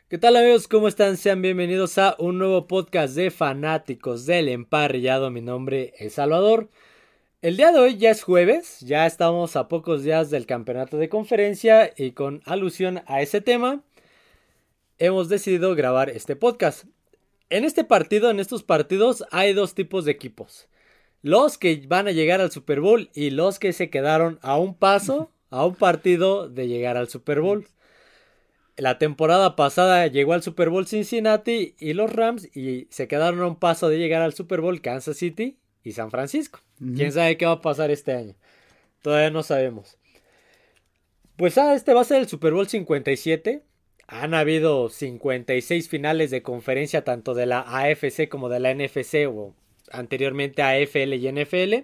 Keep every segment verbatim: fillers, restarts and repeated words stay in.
¿Qué tal amigos? ¿Cómo están? Sean bienvenidos a un nuevo podcast de fanáticos del emparrillado. Mi nombre es Salvador. El día de hoy ya es jueves, ya estamos a pocos días del campeonato de conferencia y con alusión a ese tema hemos decidido grabar este podcast. En este partido, en estos partidos hay dos tipos de equipos. Los que van a llegar al Super Bowl y los que se quedaron a un paso, a un partido de llegar al Super Bowl. La temporada pasada llegó al Super Bowl Cincinnati y los Rams y se quedaron a un paso de llegar al Super Bowl Kansas City y San Francisco. Uh-huh. ¿Quién sabe qué va a pasar este año? Todavía no sabemos. Pues ah, este va a ser el Super Bowl cincuenta y siete. Han habido cincuenta y seis finales de conferencia tanto de la A F C como de la N F C o anteriormente A F L y N F L.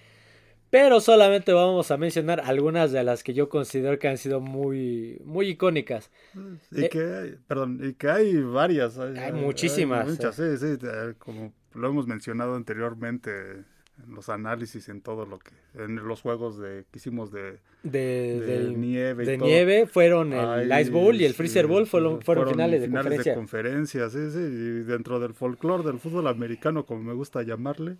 Pero solamente vamos a mencionar algunas de las que yo considero que han sido muy, muy icónicas. Y que, hay, perdón, y que hay varias. Hay, hay muchísimas. Hay muchas, eh. sí, sí, como lo hemos mencionado anteriormente en los análisis, en todo lo que, en los juegos de que hicimos de, de, de del, nieve. De y todo. nieve fueron el Ay, Ice Bowl y el Freezer Bowl, fueron, fueron, fueron finales de finales conferencia. de conferencia, sí, sí. Y dentro del folclore del fútbol americano, como me gusta llamarle,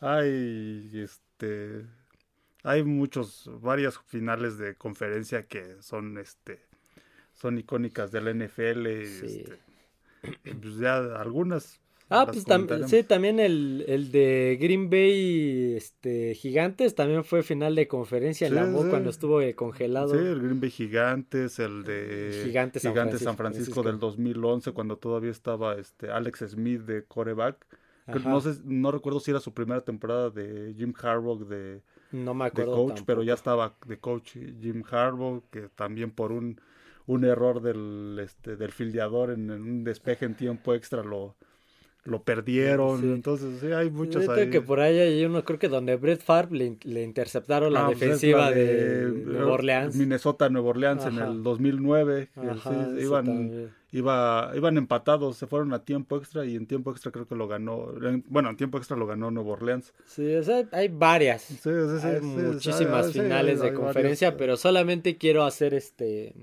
hay este... Hay muchos, varias finales de conferencia que son, este, son icónicas de la N F L. Sí. Este, pues ya algunas. Ah, pues tam- sí, también el, el de Green Bay, este, Gigantes, también fue final de conferencia en sí, la M O sí. cuando estuvo eh, congelado. Sí, el Green Bay Gigantes, el de Gigantes San Gigantes Francisco, San Francisco, Francisco del dos mil once, cuando todavía estaba este Alex Smith de quarterback. No sé, no recuerdo si era su primera temporada de Jim Harbaugh de No me acuerdo de coach, tampoco. pero ya estaba de coach Jim Harbaugh, que también por un, un error del este del fildeador en, en un despeje en tiempo extra lo, lo perdieron. Sí. Entonces sí, hay muchos sí, ahí. Que por ahí hay uno, creo que donde Brett Favre le, le interceptaron la ah, defensiva pues de, de Nueva Orleans. Minnesota, Nueva Orleans. Ajá. En el dos mil nueve. Ajá, sí, iban, iba, iban empatados, se fueron a tiempo extra y en tiempo extra creo que lo ganó. Bueno, en tiempo extra lo ganó Nueva Orleans. Sí, o sea, hay varias. Sí, sí, sí, hay sí, muchísimas sí, finales sí, de hay conferencia, varios, pero solamente quiero hacer este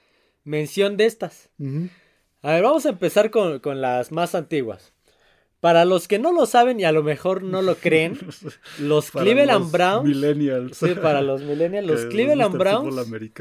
mención de estas. Uh-huh. A ver, vamos a empezar con, con las más antiguas. Para los que no lo saben y a lo mejor no lo creen, los Cleveland los Browns. Millennials. Sí, para los Millennials. Los Cleveland Browns.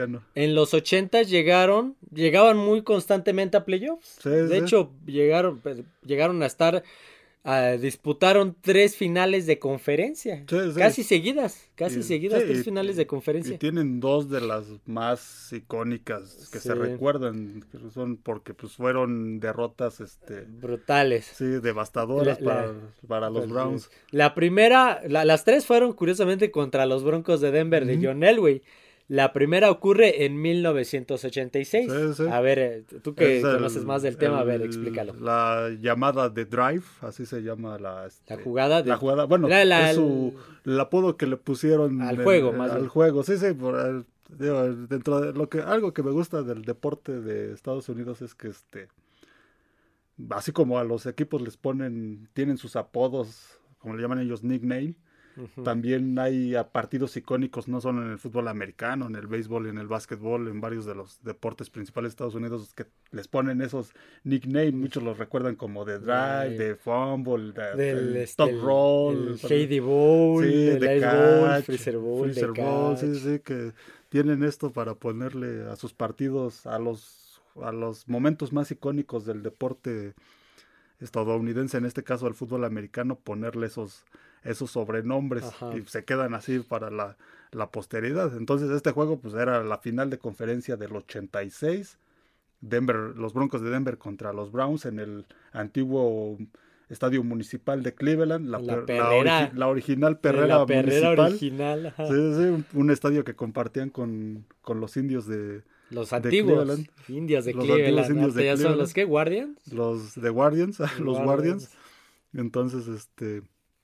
En los ochentas llegaron, llegaban muy constantemente a playoffs. Sí, de sí. hecho, llegaron, llegaron a estar. Uh, disputaron tres finales de conferencia. Sí, sí. Casi seguidas. Casi y, seguidas, sí, tres y, finales de conferencia. Y tienen dos de las más icónicas que sí. se recuerdan. Que son porque pues fueron derrotas este brutales. Sí, devastadoras la, para, la, para los Browns. La primera, la, las tres fueron curiosamente contra los Broncos de Denver uh-huh. de John Elway. La primera ocurre en mil novecientos ochenta y seis. Sí, sí. A ver, tú que es conoces el, más del tema, el, a ver, explícalo. La llamada de Drive, así se llama la... Este, la jugada. De, la jugada, bueno, la, la, es su, el apodo que le pusieron... Al juego, el, más Al bien. juego, sí, sí. Por, digo, dentro de lo que... Algo que me gusta del deporte de Estados Unidos es que este... Así como a los equipos les ponen... Tienen sus apodos, como le llaman ellos, nickname. Uh-huh. También hay partidos icónicos, no solo en el fútbol americano, en el béisbol, en el básquetbol, en varios de los deportes principales de Estados Unidos que les ponen esos nicknames. Muchos los recuerdan como de drive, sí. de fumble, de, del de este, top el, roll, el Shady Bowl, sí, el de Ice catch, Bowl, Freezer Bowl, Freezer de Bowl, catch. sí, sí, que tienen esto para ponerle a sus partidos, a los, a los momentos más icónicos del deporte estadounidense, en este caso al fútbol americano, ponerle esos esos sobrenombres. Ajá. Y se quedan así para la, la posteridad. Entonces este juego pues era la final de conferencia del ochenta y seis, Denver, los Broncos de Denver contra los Browns en el antiguo estadio municipal de Cleveland, la, la, per, la, origi, la original perrera, la perrera municipal, original, sí, sí, un, un estadio que compartían con, con los indios de los antiguos de indios de los Cleveland, indios de ¿ya Cleveland, son los qué? ¿Guardians? Los de Guardians, los, los Guardians. Guardians. Entonces, este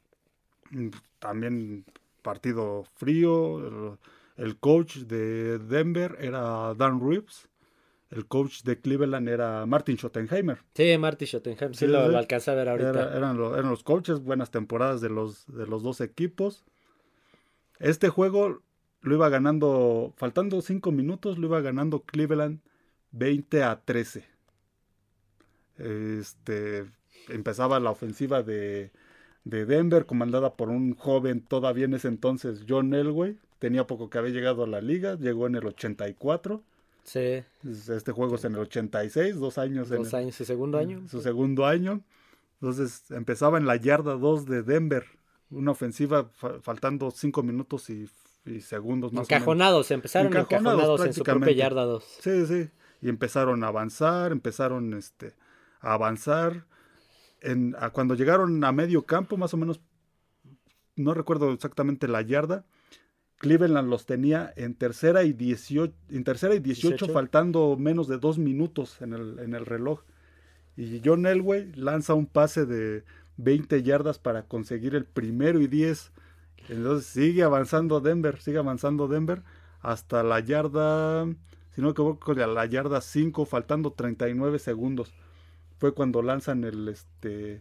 también partido frío. El, el coach de Denver era Dan Reeves. El coach de Cleveland era Martin Schottenheimer. Sí, Martin Schottenheimer. Sí, sí, lo, lo alcancé a ver ahorita. Era, eran, lo, eran los coaches, buenas temporadas de los, de los dos equipos. Este juego lo iba ganando, faltando cinco minutos, lo iba ganando Cleveland veinte a trece. Este, empezaba la ofensiva de, de Denver, comandada por un joven todavía en ese entonces, John Elway. Tenía poco que había llegado a la liga, llegó en el ochenta y cuatro. Sí. Este juego es en el ochenta y seis, dos años. Dos en el, años, su segundo año. Su segundo año. Entonces empezaba en la yarda dos de Denver, una ofensiva fa- faltando cinco minutos y, y segundos más Encajonados, o menos. empezaron encajonados, Encajonados en su propia yarda dos. Sí, sí. Y empezaron a avanzar, empezaron este, a avanzar. En, a cuando llegaron a medio campo, más o menos, no recuerdo exactamente la yarda, Cleveland los tenía en tercera y dieciocho, en tercera y dieciocho, dieciocho. faltando menos de dos minutos en el, en el reloj. Y John Elway lanza un pase de veinte yardas para conseguir el primero y diez. Entonces sigue avanzando Denver, sigue avanzando Denver hasta la yarda, si no me equivoco, la yarda cinco, faltando treinta y nueve segundos. Fue cuando lanzan el, este,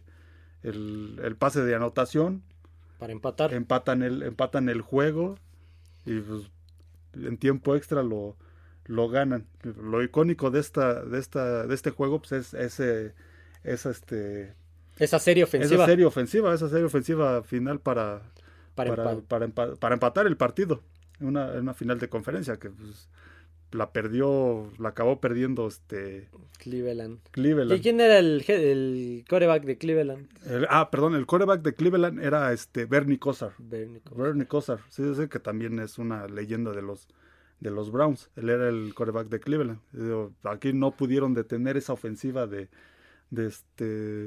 el, el pase de anotación. Para empatar. Empatan el, empatan el juego y pues, en tiempo extra lo, lo ganan. Lo icónico de esta, de esta, de este juego pues es ese, esa este, esa serie ofensiva. Esa serie ofensiva, esa serie ofensiva final para, para, para, empa- para, empa- para empatar el partido. Una, una final de conferencia que pues, la perdió, la acabó perdiendo este Cleveland. Cleveland. ¿Y quién era el, el quarterback de Cleveland? El, ah, perdón, el quarterback de Cleveland era este Bernie Kosar. Bernie Kosar. Bernie Kosar, sí, sí, que también es una leyenda de los de los Browns. Él era el quarterback de Cleveland. Digo, aquí no pudieron detener esa ofensiva de, de este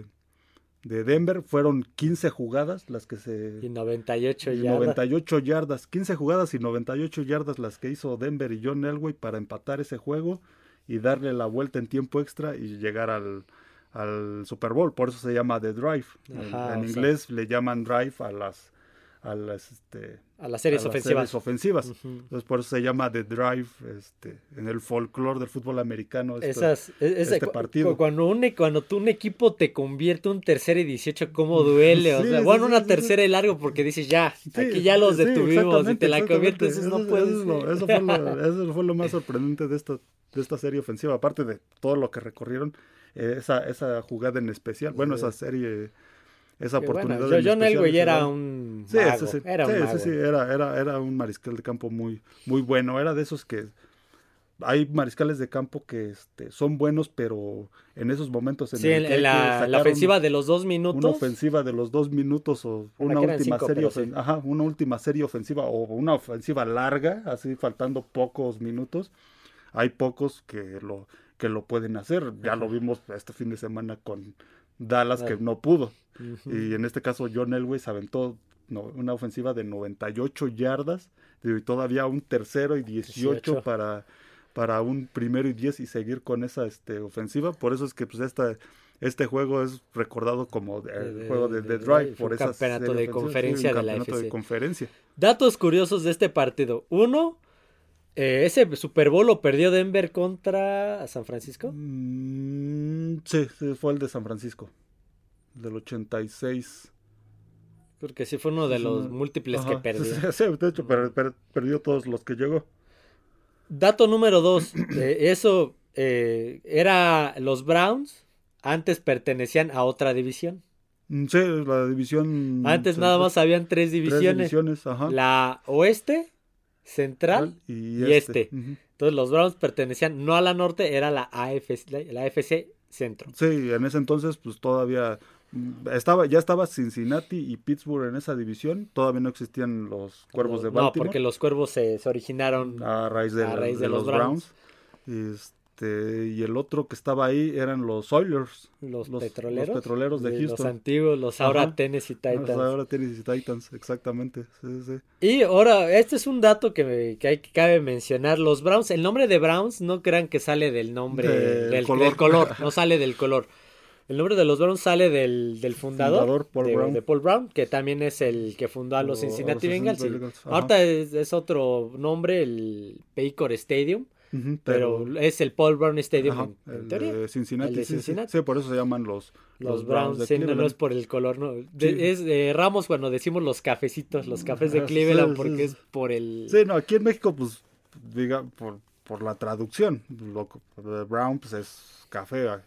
de Denver. Fueron quince jugadas las que se y noventa y ocho y yardas. noventa y ocho yardas, quince jugadas y noventa y ocho yardas las que hizo Denver y John Elway para empatar ese juego y darle la vuelta en tiempo extra y llegar al, al Super Bowl. Por eso se llama The Drive. Ajá, en en o inglés sea, le llaman Drive a las a las este a las series a las ofensivas. series ofensivas. Uh-huh. Entonces por eso se llama The Drive, este, en el folclore del fútbol americano. Este, Esas, es, este cu- partido. Cuando un, cuando tú, un equipo te convierte un tercera y dieciocho, ¿cómo duele? O Sí, sea, sí, bueno, sí, una sí, tercera sí. y largo porque dices, ya, Sí, aquí ya los sí, detuvimos y te la exactamente, conviertes, eso no eso, puede eso es lo- ser. eso fue lo, eso fue lo más sorprendente de esta, de esta serie ofensiva, aparte de todo lo que recorrieron, eh, esa, esa jugada en especial, bueno, Sí. esa serie, esa Que oportunidad bueno, en John especial, Elway esa era jugada. un Sí, mago, sí, sí, era un sí, mago. sí, sí, era, era, era un mariscal de campo muy, muy bueno, era de esos que hay mariscales de campo que este, son buenos, pero en esos momentos en Sí, el en, que en hay que la, la sacar ofensiva un- de los dos minutos. una ofensiva de los dos minutos o Bueno, una aquí eran última cinco, serie pero sí. ofen- ajá, una última serie ofensiva o una ofensiva larga, así faltando pocos minutos. Hay pocos que lo que lo pueden hacer. Ya Ajá. lo vimos este fin de semana con Dallas, que Claro. no pudo. Ujú. Y en este caso John Elway se aventó no, una ofensiva de noventa y ocho yardas y todavía un tercero y dieciocho, dieciocho. para para un primero y diez y seguir con esa este, ofensiva. Por eso es que pues esta este juego es recordado como el De- juego de de- The de Drive Drive, por un esa campeonato serie de ofensiva. conferencia Sí, un de la campeonato A F C. de conferencia. Datos curiosos de este partido. Uno, eh, ese Super Bowl lo perdió Denver contra San Francisco. Mm, sí, sí, fue el de San Francisco, del ochenta y seis. Porque sí fue uno de Sí, los sí, múltiples ajá, que perdió. Sí, sí, sí, de hecho, per- per- perdió todos los que llegó. Dato número dos. eh, eso eh, era los Browns. Antes pertenecían a otra división. Mm, Sí, la división. Antes nada más habían tres tres divisiones. divisiones, ajá. La oeste, central y, y este. Ujú. Entonces los Browns pertenecían no a la norte, era la A F C, la A F C centro. Sí, en ese entonces, pues todavía mm, estaba, ya estaba Cincinnati y Pittsburgh en esa división. Todavía no existían los Cuervos de No, Baltimore. porque los cuervos se, se originaron a raíz de, a la- raíz de de los los Browns. Este, y el otro que estaba ahí eran los Oilers, los, los- petroleros. los petroleros de Los Houston. antiguos, los ahora Ajá. Tennessee Titans. Ahora Tennessee Titans, exactamente. Sí, sí. Y ahora, este es un dato que, me- que hay que cabe mencionar. Los Browns, el nombre de Browns no crean que sale del nombre Del del, color. del color, no sale del color. El nombre de los Browns sale del, del fundador, Fundador, Paul de, Brown. de Paul Brown, que también es el que fundó a los O- Cincinnati a los Bengals. Cincinnati y Bengals, ajá. ahorita es, es otro nombre, el Paycor Stadium, Ujú, pero, es el Paul Brown Stadium ajá, en, en el teoría. de Cincinnati, El de sí, sí. Cincinnati. Sí, por eso se llaman los, Los, Browns, de sí, no, no Cleveland. es por el color, no. De- Sí. Es de Ramos cuando decimos los cafecitos, los cafés de Ah, sí, Cleveland, sí, porque sí. es por el... Sí, no, aquí en México, pues, diga, por, por la traducción, lo, que- Brown, pues es café.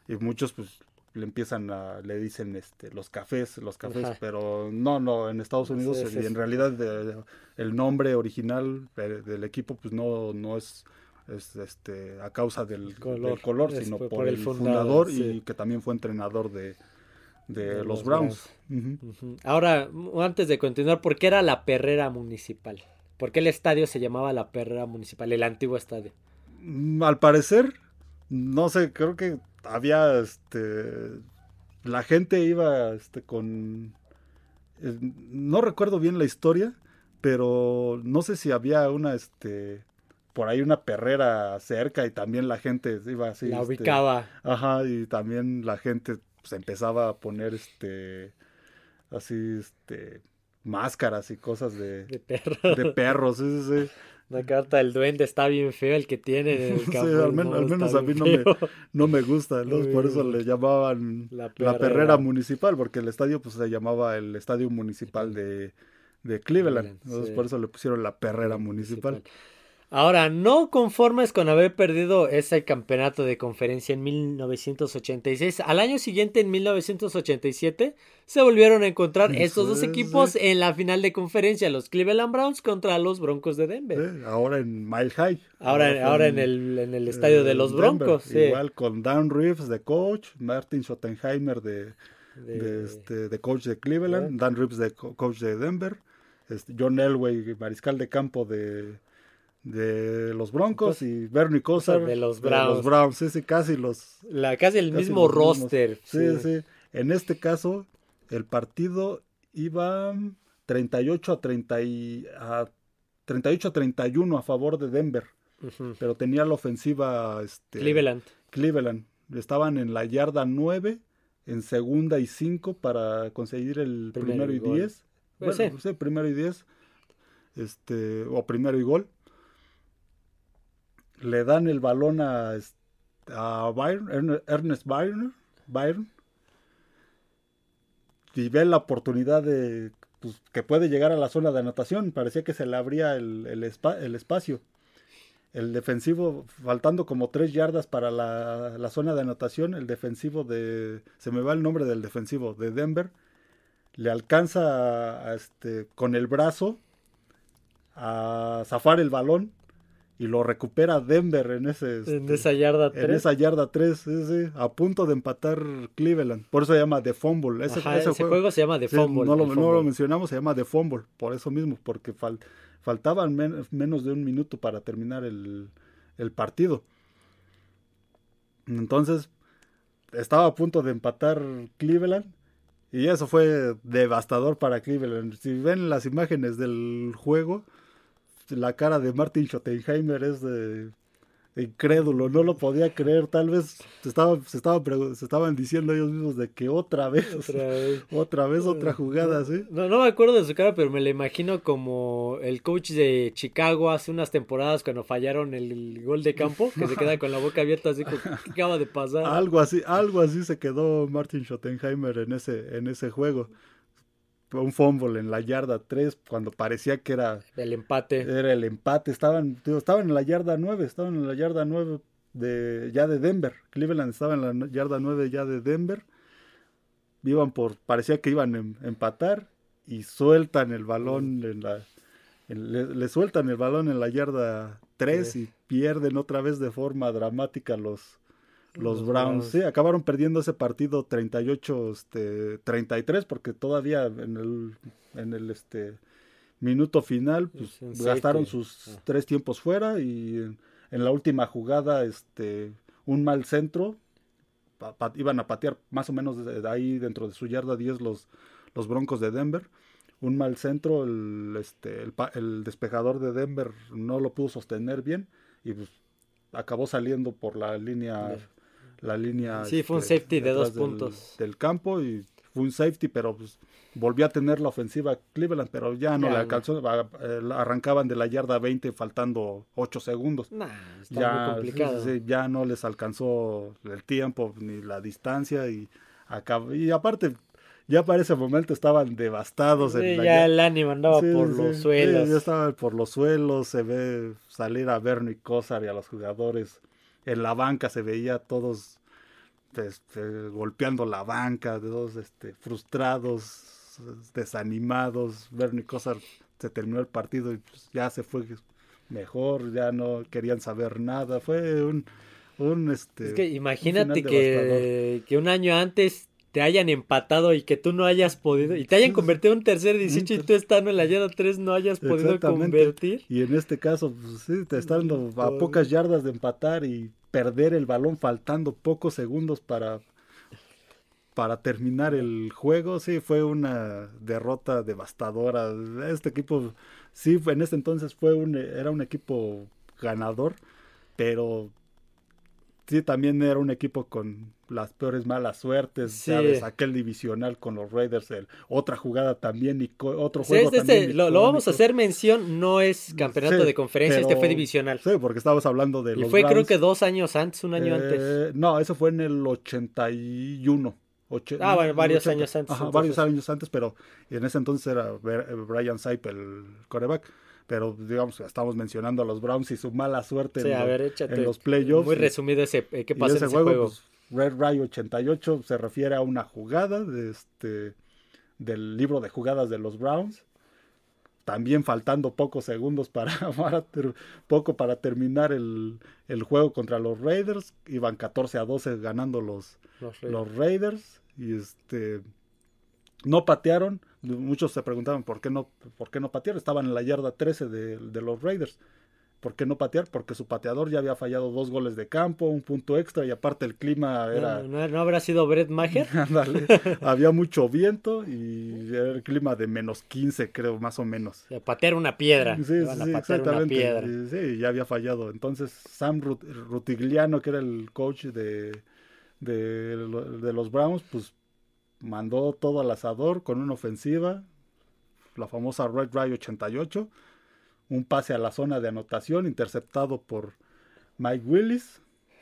y muchos pues le empiezan a, le dicen este los cafés, los cafés, Ajá. pero no, no, en Estados Unidos Sí, sí, y sí. en realidad de, el nombre original de, del equipo pues no, no es, es este a causa del Color. del color, Es sino por, por por el el fundador, fundador sí, y que también fue entrenador de, de, de los los Browns. Browns. Ujú. Ujú. Ahora, m- antes de continuar, ¿por qué era la Perrera Municipal? ¿Por qué el estadio se llamaba la Perrera Municipal, el antiguo estadio? Mm, Al parecer, no sé, creo que había este la gente iba este con eh, no recuerdo bien la historia, pero no sé si había una este por ahí una perrera cerca y también la gente iba así La este ubicaba ajá, y también la gente pues empezaba a poner este así este máscaras y cosas de de perro. de perros, sí, sí, La carta del duende está bien feo el que tiene en el sí, campo. al, El men- al nombre está menos a bien mí no me, feo. no me gusta, entonces por eso Uy, le llamaban la la perrera Perrera municipal, porque el estadio pues se llamaba el Estadio Municipal Municipal. de, de Cleveland, Cleveland, entonces por sí, eso le pusieron la perrera Perrera municipal. Municipal. Ahora, no conformes con haber perdido ese campeonato de conferencia en mil novecientos ochenta y seis, al año siguiente, en mil novecientos ochenta y siete, se volvieron a encontrar estos dos Sí, sí, equipos en la final de conferencia, los Cleveland Browns contra los Broncos de sí, Denver. ahora en Mile High, ahora Ahora, fue ahora en en, el, en el estadio de eh, los en Denver, Broncos, sí. igual con Dan Reeves de coach, Martin Schottenheimer de, de, De, este, de coach de ¿verdad? Cleveland, Dan Reeves de co- coach de Denver, este, John Elway, mariscal de campo de de los Broncos Broncos, y Bernie o sea, Kosar de los de los Browns. Browns, sí, sí, casi los, La, casi el casi mismo los mismos. roster, Sí, sí. sí. En este caso, el partido iba treinta y ocho a treinta y, a treinta y ocho a treinta y uno a favor de Denver, Ujú. pero tenía la ofensiva este, Cleveland, Cleveland. Estaban en la yarda nueve en segunda y cinco para conseguir el primero primero y y gol. diez. Pues sí, Bueno, sí, primero y diez, este, o primero y gol. Le dan el balón a, a Byron, Ernest Byron, Byron y ve la oportunidad de pues, que puede llegar a la zona de anotación. Parecía que se le abría el, el, espa, el espacio. El defensivo, faltando como tres yardas para la, la, zona de anotación, el defensivo de, se me va el nombre del defensivo, de Denver, le alcanza a, a este, con el brazo a zafar el balón y lo recupera Denver en ese en este, esa yarda en tres. esa yarda tres, sí, sí, a punto de empatar Cleveland. Por eso se llama The Fumble. Ese, Ajá, ese ese juego, juego se llama The sí, no, Fumble, lo, el no lo fumble. mencionamos, se llama The Fumble. Por eso mismo, porque fal, faltaban men, menos de un minuto para terminar el, el partido. Entonces, estaba a punto de empatar Cleveland. Y eso fue devastador para Cleveland. Si ven las imágenes del juego, la cara de Martin Schottenheimer es de incrédulo, no lo podía creer, tal vez se, estaba, se, estaba, se estaban diciendo ellos mismos de que otra vez, Otra vez. otra vez, otra jugada, ¿sí? No, no me acuerdo de su cara, pero me la imagino como el coach de Chicago hace unas temporadas cuando fallaron el, el gol de campo, que se queda con la boca abierta así como, ¿qué acaba de pasar? Algo así, algo así se quedó Martin Schottenheimer en ese, en ese juego. Un fumble en la yarda tres cuando parecía que era El empate. era el empate, estaban digo, estaban en la yarda nueve, estaban en la yarda nueve de ya de Denver. Cleveland estaba en la yarda nueve ya de Denver. Iban por parecía que iban a empatar y sueltan el balón en la en, le, le, sueltan el balón en la yarda tres sí. Y pierden otra vez de forma dramática los Los, los Browns, Browns, sí, acabaron perdiendo ese partido treinta y ocho, este, treinta y tres, porque todavía en el, en el este, minuto final pues, gastaron sus ah. tres tiempos fuera y en, en la última jugada este, un mal centro, pa, pa, iban a patear más o menos de, de ahí dentro de su yarda diez los, los Broncos de Denver. Un mal centro, el, este, el, el despejador de Denver no lo pudo sostener bien y pues, acabó saliendo por la línea... Yeah. La línea sí, este, fue un safety de dos del, puntos del campo y fue un safety, pero pues, volvió a tener la ofensiva Cleveland, pero ya no ya le alcanzó, no. Arrancaban de la yarda veinte faltando ocho segundos. Nah, está ya, muy complicado. Sí, sí, sí, ya no les alcanzó el tiempo ni la distancia y, acab y aparte ya para ese momento estaban devastados. Sí, en la ya el ánimo andaba sí, por sí, los suelos. Sí, ya estaban por los suelos, se ve salir a Bernie Kosar y a los jugadores. En la banca se veía todos este, golpeando la banca, de dos este, frustrados, desanimados. Bernie Kosar se terminó el partido y pues, ya se fue mejor, ya no querían saber nada. Fue un, un este. Es que imagínate que, que un año antes te hayan empatado y que tú no hayas podido, y te hayan convertido en un tercer dieciocho y tú estando en la yarda tres no hayas podido convertir. Y en este caso, pues sí, te están a pocas yardas de empatar y perder el balón faltando pocos segundos para, para terminar el juego. Sí, fue una derrota devastadora. Este equipo, sí, en ese entonces fue un, era un equipo ganador, pero sí, también era un equipo con las peores malas suertes, sí. ¿Sabes? Aquel divisional con los Raiders, el, otra jugada también, y otro juego sí, este, también. Este, lo, lo vamos a hacer mención, no es campeonato sí, de conferencia, pero, este fue divisional. Sí, porque estábamos hablando de y los fue Browns. Creo que dos años antes, un año eh, antes. No, eso fue en el ochenta y uno. Oche, ah, bueno, varios ochenta, años antes. Ajá, varios años antes, pero en ese entonces era Brian Saip el quarterback. Pero digamos, estamos mencionando a los Browns y su mala suerte sí, en, a ver, los, échate, en los playoffs. Muy resumido ese, eh, ¿qué pasa ese en ese juego? juego? Pues, Red Ray ochenta y ocho se refiere a una jugada de este, del libro de jugadas de los Browns. También faltando pocos segundos para, para ter, poco para terminar el, el juego contra los Raiders. Iban catorce a doce ganando los, los, Raiders. los Raiders. Y este no patearon. Muchos se preguntaban por qué no, por qué no patearon. Estaban en la yarda trece de, de los Raiders. ¿Por qué no patear? Porque su pateador ya había fallado dos goles de campo, un punto extra, y aparte el clima era... ¿No, no, no habrá sido Brett Maher? Ándale, había mucho viento y era el clima de menos quince, creo, más o menos. O patear una piedra. Sí, sí, sí exactamente. Una piedra. Sí, ya había fallado. Entonces Sam Rutigliano, que era el coach de, de, de los Browns, pues mandó todo al asador con una ofensiva, la famosa Red Ray ochenta y ocho, un pase a la zona de anotación interceptado por Mike Willis,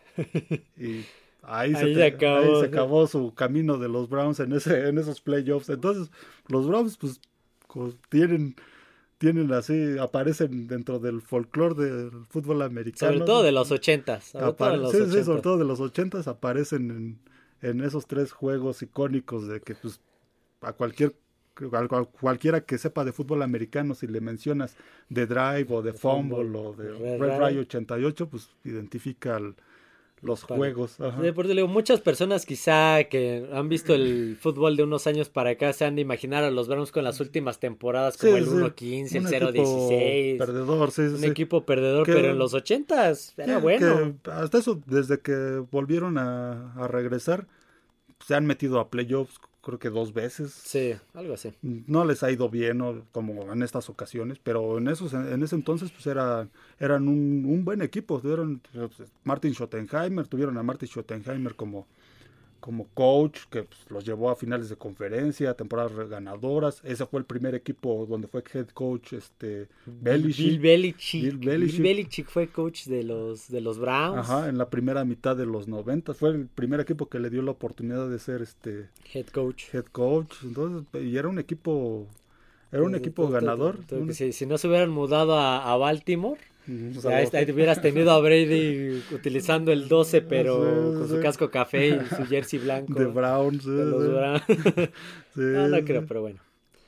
y ahí, ahí, se, te, acabó, ahí se acabó su camino de los Browns en, ese, en esos playoffs. Entonces los Browns pues tienen, tienen así, aparecen dentro del folclore del fútbol americano. Sobre todo de los ochentas. Apare- sí, ochentas. Sí, sobre todo de los ochentas aparecen en, en esos tres juegos icónicos de que pues a cualquier cualquiera que sepa de fútbol americano, si le mencionas de Drive o de, de Fumble, Fumble o de Red, Red Ray ochenta y ocho, pues identifica el, los Para, juegos. Ajá. Sí, por digo, muchas personas quizá que han visto el fútbol de unos años para acá se han de imaginar a los Browns con las últimas temporadas como sí, el sí. uno quince, el cero dieciséis. Perdedor, sí, un sí. equipo perdedor, que, pero en los ochentas era que, bueno. Que hasta eso, desde que volvieron a, a regresar, se han metido a playoffs creo que dos veces. Sí, algo así. No les ha ido bien, ¿no? Como en estas ocasiones, pero en esos en ese entonces pues era, eran un, un buen equipo. Tuvieron pues, Martin Schottenheimer, tuvieron a Martin Schottenheimer como, como coach, que pues, los llevó a finales de conferencia, temporadas ganadoras. Ese fue el primer equipo donde fue head coach este Belichick. Bill Belichick. Bill Belichick. Bill Belichick fue coach de los de los Browns. Ajá, en la primera mitad de los noventa. Fue el primer equipo que le dio la oportunidad de ser este head coach. Head coach. Entonces, y era un equipo era un equipo ganador. Si, si no se hubieran mudado a, a Baltimore, o sea, ahí, ahí hubieras tenido a Brady utilizando el doce, pero sí, con sí. su casco café y su jersey blanco. De Browns. De los sí. Browns. Sí, no, no creo, pero bueno.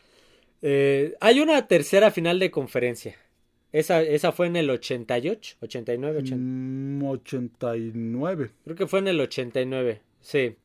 Eh, hay una tercera final de conferencia. Esa, esa fue en el ochenta y ocho, ochenta y nueve, ochenta. Mm, ochenta y nueve. Creo que fue en el ochenta y nueve, sí.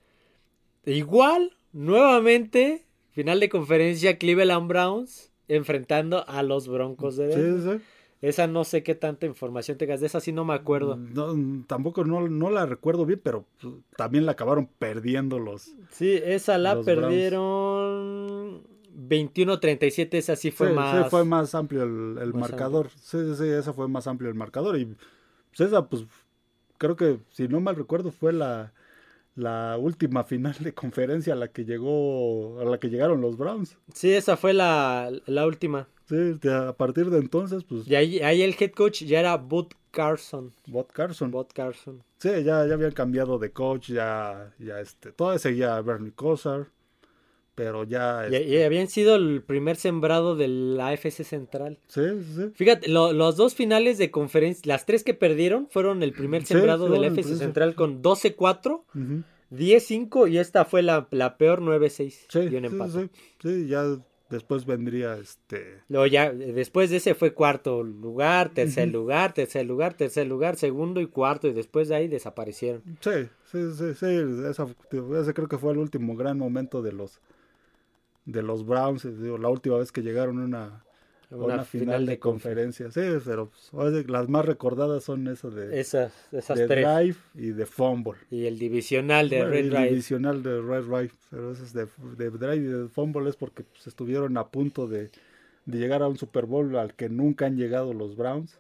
Igual, nuevamente, final de conferencia, Cleveland Browns enfrentando a los Broncos de Denver. Sí, sí. Esa no sé qué tanta información tengas, de esa sí no me acuerdo. No, tampoco no, no la recuerdo bien, pero también la acabaron perdiendo los Sí, esa la los perdieron Browns. veintiuno treinta y siete, esa sí fue sí, más... Sí, fue más amplio el, el más marcador. Amplio. Sí, sí, esa fue más amplio el marcador. Y pues esa, pues, creo que, si no mal recuerdo, fue la, la última final de conferencia a la que llegó, a la que llegaron los Browns. Sí, esa fue la, la última. Sí, a partir de entonces, pues... Y ahí, ahí el head coach ya era Bud Carson. Bud Carson. Bud Carson. Sí, ya, ya habían cambiado de coach, ya, ya este, todavía seguía Bernie Kosar, pero ya... Y, este... y habían sido el primer sembrado de la A F C Central. Sí, sí. Fíjate, lo, los dos finales de conferencia, las tres que perdieron fueron el primer sembrado sí, de la A F C Central con doce cuatro. Uh-huh. diez cinco y esta fue la, la peor nueve seis. Sí, y un sí, empate. sí, sí, ya después vendría este... Luego ya, después de ese fue cuarto lugar, tercer Ujú. lugar, tercer lugar, tercer lugar, segundo y cuarto, y después de ahí desaparecieron. Sí, sí, sí, sí, esa- ese creo que fue el último gran momento de los de los Browns, eh, digo, la última vez que llegaron a una, a Una una final final de de conferencia. Sí, pero pues, ahora sí, las más recordadas son esas de, Esas, esas de tres. Drive y de Fumble. Y el divisional de Bueno, y Red el Drive. divisional de Red Drive, pero esos de, de Drive y de Fumble es porque pues, estuvieron a punto de, de llegar a un Super Bowl al que nunca han llegado los Browns.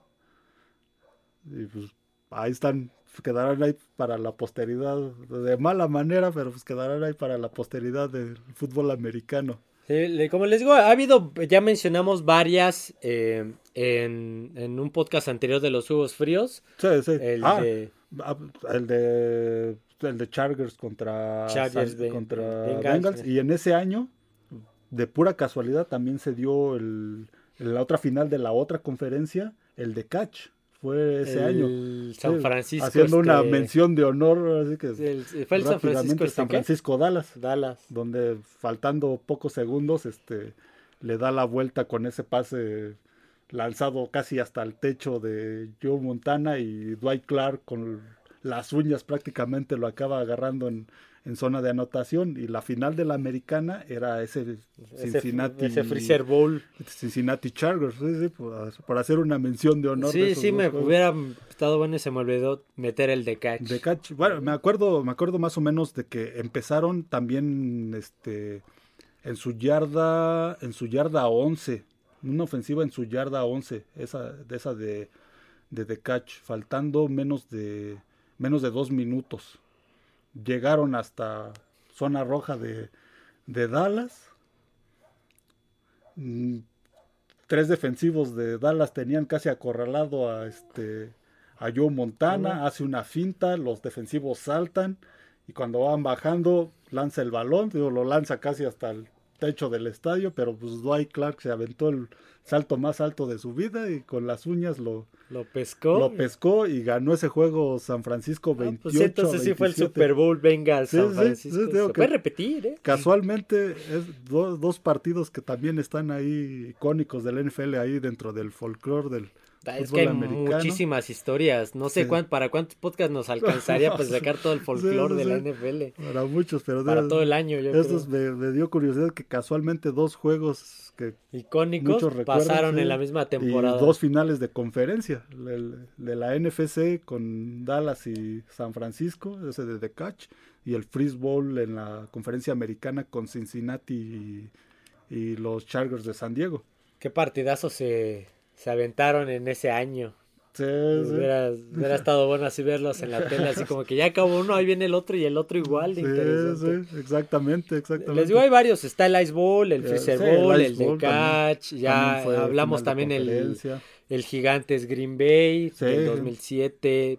Y pues ahí están, quedarán ahí para la posteridad, de mala manera, pero pues quedarán ahí para la posteridad del fútbol americano. Sí, le- como les digo, ha habido, ya mencionamos varias eh, en, en un podcast anterior de los jugos fríos. Sí, sí. El Ah, de ah, el de el de Chargers contra, Chargers, San- Be- contra Bengals. Bengals. Y en ese año, de pura casualidad, también se dio el, la otra final de la otra conferencia, el de Catch. Fue ese año. el San Sí, Francisco. haciendo una este, mención de honor, así que el- fue el San Francisco, rápidamente este, San ¿qué? Francisco Dallas, Dallas. donde faltando pocos segundos, este le da la vuelta con ese pase lanzado casi hasta el techo de Joe Montana, y Dwight Clark con las uñas prácticamente lo acaba agarrando en, en zona de anotación. Y la final de la americana era ese Cincinnati, Ese, ese Freezer Bowl. Cincinnati Chargers, sí, sí, por, por hacer una mención de honor. de Sí, esos sí, dos me juegos. hubiera estado bueno y se me olvidó meter el de catch. De catch. Bueno, me acuerdo, me acuerdo más o menos de que empezaron también este en su yarda, en su yarda once, una ofensiva en su yarda once, esa de esa de de The Catch, faltando menos de menos de dos minutos. Llegaron hasta zona roja de, de Dallas. Mm, Tres defensivos de Dallas tenían casi acorralado a este a Joe Montana, Ajá. hace una finta, los defensivos saltan y cuando van bajando lanza el balón, digo, lo lanza casi hasta el techo del estadio, pero pues Dwight Clark se aventó el salto más alto de su vida y con las uñas lo, Lo pescó. lo pescó y ganó ese juego San Francisco Ah, veintiocho pues sí, entonces sí fue el veintisiete. Super Bowl Bengals Sí, San sí, Francisco. sí, digo Se que- puede repetir, ¿eh? Casualmente es do- dos partidos que también están ahí icónicos del N F L, ahí dentro del folclore del Ah, Es fútbol que hay americano. muchísimas historias. No sé Sí. cuán- para cuántos podcasts nos alcanzaría pues sacar todo el folclore Sí, de sí, la sí. N F L. Para muchos, pero Para de- todo el año, yo estos creo. me, me dio curiosidad que casualmente dos juegos que Icónicos muchos recuerdan, pasaron sí, en la misma y temporada. dos finales de conferencia, el- de la N F C con Dallas y San Francisco, ese de The Catch, y el Freeze Bowl en la conferencia americana con Cincinnati y, y los Chargers de San Diego. Qué partidazos se, se aventaron en ese año. Sí, sí. Hubiera, hubiera estado bueno así verlos en la tele, así como que ya acabó uno, ahí viene el otro y el otro igual de Sí, interesante. sí, exactamente, exactamente. Les digo, hay varios, está el Ice Bowl, el Eh, Freezer sí, Bowl, Ice el de Bowl Catch, también- ya también fue hablamos final de también el, conferencia. el Gigantes Green Bay Sí. del dos mil siete.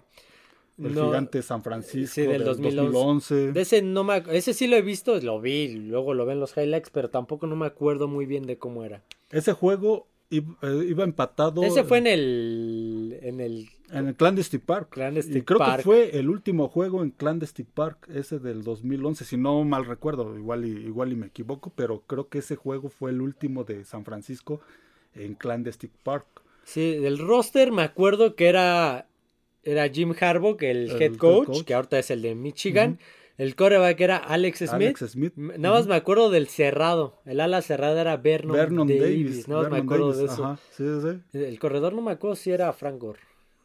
El No, Gigante San Francisco sí, del del dos mil dos mil once. De ese no me ac- ese sí lo he visto, lo vi, luego lo ven los highlights, pero tampoco no me acuerdo muy bien de cómo era. Ese juego iba, eh, iba empatado Ese fue en el en el en el Clandestine Park. Clandestine y creo Park. que fue el último juego en Clandestine Park, ese del dos mil once, si no mal recuerdo, igual y, igual y me equivoco, pero creo que ese juego fue el último de San Francisco en Clandestine Park. Sí, del roster me acuerdo que era era Jim Harbaugh, el, El head head coach, coach. que ahorita es el de Michigan. Ujú. El quarterback era Alex Smith. Alex Smith. M- Nada más me acuerdo del cerrado. El ala cerrada era Vernon, Vernon Davis. Davis. Nada más me Vernon acuerdo Davis, de eso. ajá, sí, sí. El corredor no me acuerdo si era Frank Gore.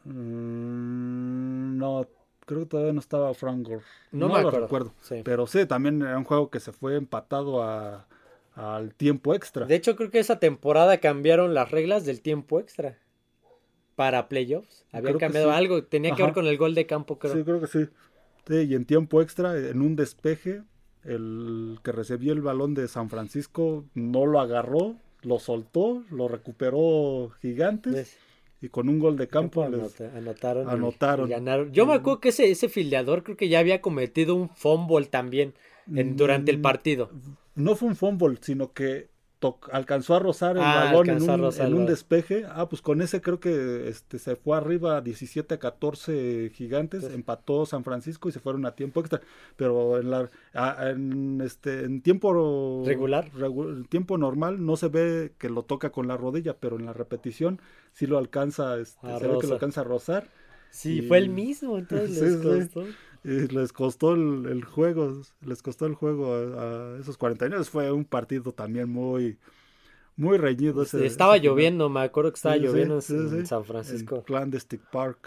Mm, no, creo que todavía no estaba Frank Gore. No No, me lo acuerdo. recuerdo. Sí. Pero sí, también era un juego que se fue empatado a, al tiempo extra. De hecho, creo que esa temporada cambiaron las reglas del tiempo extra para playoffs. Habían Creo que cambiado sí. algo. Tenía que ver Ajá. con el gol de campo, creo. Sí, creo que sí. Sí, y en tiempo extra, en un despeje, el que recibía el balón de San Francisco no lo agarró, lo soltó, lo recuperó Gigantes ¿Ves? y con un gol de campo les- Anota- anotaron, y- anotaron. y ganaron. Yo me acuerdo que ese, ese fildeador creo que ya había cometido un fumble también en, durante el Mm, partido. No fue un fumble, sino que to- alcanzó a rozar el Ah, balón en alcanzó a un, rozar en el un balón. despeje. Ah, pues con ese creo que este se fue arriba diecisiete a catorce Gigantes, Pues, empató San Francisco y se fueron a tiempo extra. Pero en la a- en este en tiempo regular. regu- en tiempo normal no se ve que lo toca con la rodilla, pero en la repetición sí lo alcanza, este, A se ve que lo Rosa. alcanza a rozar. Sí, fue el Y mismo, entonces sí, les sí. costó. Y les costó el, el juego, les costó el juego a, a esos cuarenta y nueve. Fue un partido también muy, muy reñido ese, Estaba ese final. lloviendo, me acuerdo que estaba Sí, sí, lloviendo sí, en, en sí. San En Francisco. Clandestine Park.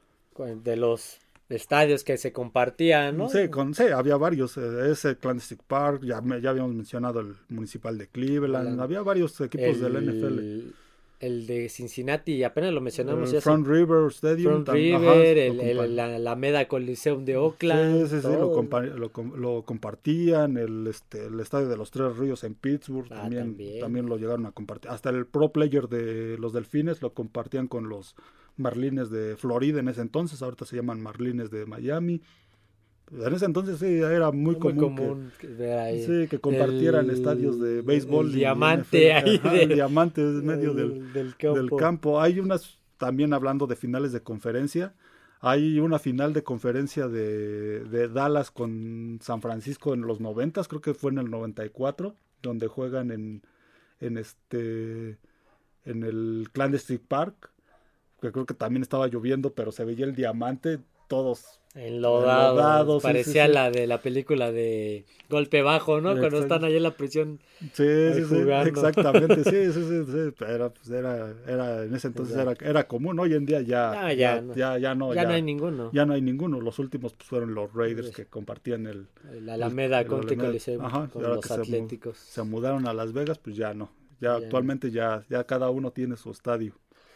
De los estadios que se compartían, ¿no? Sí, con, sí, había varios. eh, Ese Clandestine Park, ya, me- ya habíamos mencionado el Municipal de Cleveland. El, Había varios equipos del N F L. el, el de Cincinnati, apenas lo mencionamos El ya. Front River Stadium, Front tam- ajá, River, lo el, compa- el, la Alameda Coliseum de Sí, Oakland, sí, sí, lo, todo. compa- lo, com- lo compartían, el, este, el estadio de los Tres Ríos en Pittsburgh Ah, también, también. también lo llegaron a compartir. Hasta el pro player de los Delfines lo compartían con los Marlines de Florida en ese entonces, ahorita se llaman Marlines de Miami. En ese entonces sí, era muy, Muy común, común que- ver que, ahí sí, que compartieran el- estadios de béisbol el y diamante N F L. ahí Ajá, de- el diamante en medio del, del, del del campo. campo. Hay unas, también hablando de finales de conferencia, hay una final de conferencia de, de Dallas con San Francisco en los noventas, creo que fue en el noventa y cuatro, donde juegan en, en este en el Clandestine Park, que creo que también estaba lloviendo, pero se veía el diamante, todos Enlodados. enlodados, sí, Parecía sí, sí. la de la película de Golpe Bajo, ¿no? Cuando Exacto. están ahí en la prisión. Sí, Ahí sí, sí, jugando. exactamente, sí, sí, sí, sí, era, pues era, era, en ese entonces era, Exacto. era común, hoy en día ya, Ah, ya ya, no. ya, ya no, ya, ya, no hay ninguno. ya no hay ninguno, los últimos pues fueron los Raiders Yes. que compartían el, La Alameda el Country Alameda. Coliseum Ajá, con y ahora los que se mu- Atléticos. se mudaron a Las Vegas, pues ya no, ya, Ya actualmente ya, ya cada uno tiene su estadio.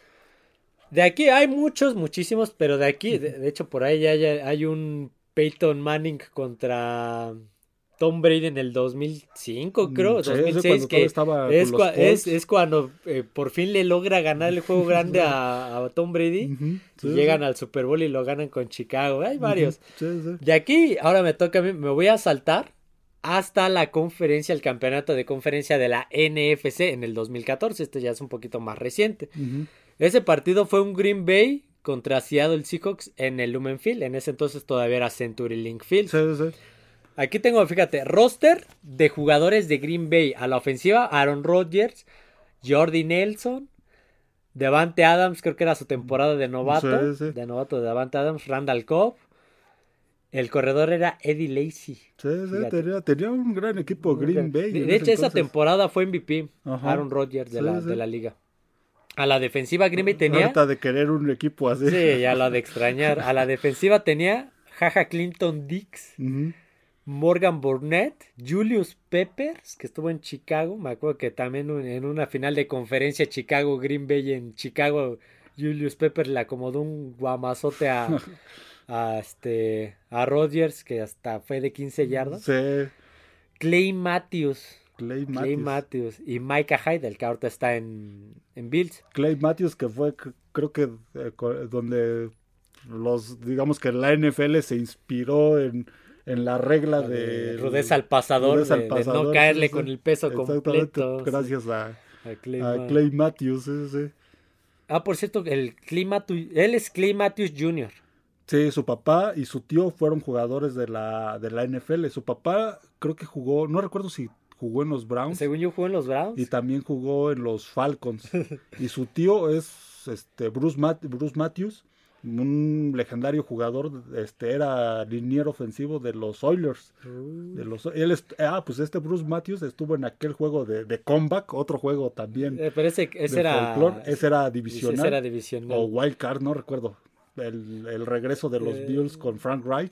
De aquí hay muchos, muchísimos, pero de aquí, de, de hecho, por ahí ya, ya hay un Peyton Manning contra Tom Brady en el dos mil cinco, creo, Mm, sí, dos mil sí, seis, cuando todavía que estaba es, con los cua- es, Colts. es cuando eh, por fin le logra ganar el juego grande a, a Tom Brady. Ujú, Y sí, llegan sí. al Super Bowl y lo ganan con Chicago. Hay varios. Ujú, sí, sí. De aquí, ahora me toca a mí, me voy a saltar hasta la conferencia, el campeonato de conferencia de la N F C en el dos mil catorce. Este ya es un poquito más reciente. Ujú. Ese partido fue un Green Bay contra Seattle Seahawks en el Lumen Field. En ese entonces todavía era CenturyLink Field. Sí, sí, sí. Aquí tengo, fíjate, roster de jugadores de Green Bay. A la ofensiva, Aaron Rodgers, Jordi Nelson, Davante Adams, creo que era su temporada de novato. Sí, sí. De novato de Davante Adams, Randall Cobb. El corredor era Eddie Lacy. Sí, sí, Fíjate. tenía, tenía un gran equipo Green Bay. De, en de ese hecho, esa entonces. temporada fue M V P. Ajá. Aaron Rodgers de, Sí, la, sí. de la liga. A la defensiva Green Bay tenía... Ahorita de querer un equipo así. Sí, ya lo de extrañar. A la defensiva tenía Jaja Clinton Dix, Ujú. Morgan Burnett, Julius Peppers, que estuvo en Chicago. Me acuerdo que también un- en una final de conferencia Chicago Green Bay en Chicago, Julius Peppers le acomodó un guamazote a, a este a Rodgers, que hasta fue de quince yardas. Sí, Clay Matthews, Clay Matthews. Clay Matthews y Micah Hyde, el que ahorita está en, en Bills. Clay Matthews, que fue, c- creo que eh, co- donde los, digamos que la N F L se inspiró en, en la regla La de, de rudeza al pasador, rudeza al de- de pasador, no caerle sí, sí. con el peso Exactamente, completo. gracias a, A Clay a Ma- Clay Matthews. Sí, sí. Ah, por cierto, el Clay Matthews, él es Clay Matthews junior Sí, su papá y su tío fueron jugadores de la, de la N F L. Su papá creo que jugó, no recuerdo si jugó en los Browns. Según yo jugó en los Browns. Y también jugó en los Falcons. Y su tío es este Bruce, Mat- Bruce Matthews, un legendario jugador, este era liniero ofensivo de los Oilers. De los, él est- ah, pues este Bruce Matthews estuvo en aquel juego de, de comeback, otro juego también Eh, pero ese, ese de era. folclore. Ese era divisional. Ese era divisional. O wild card, no recuerdo. El, el regreso de los Eh. Bills con Frank Reich.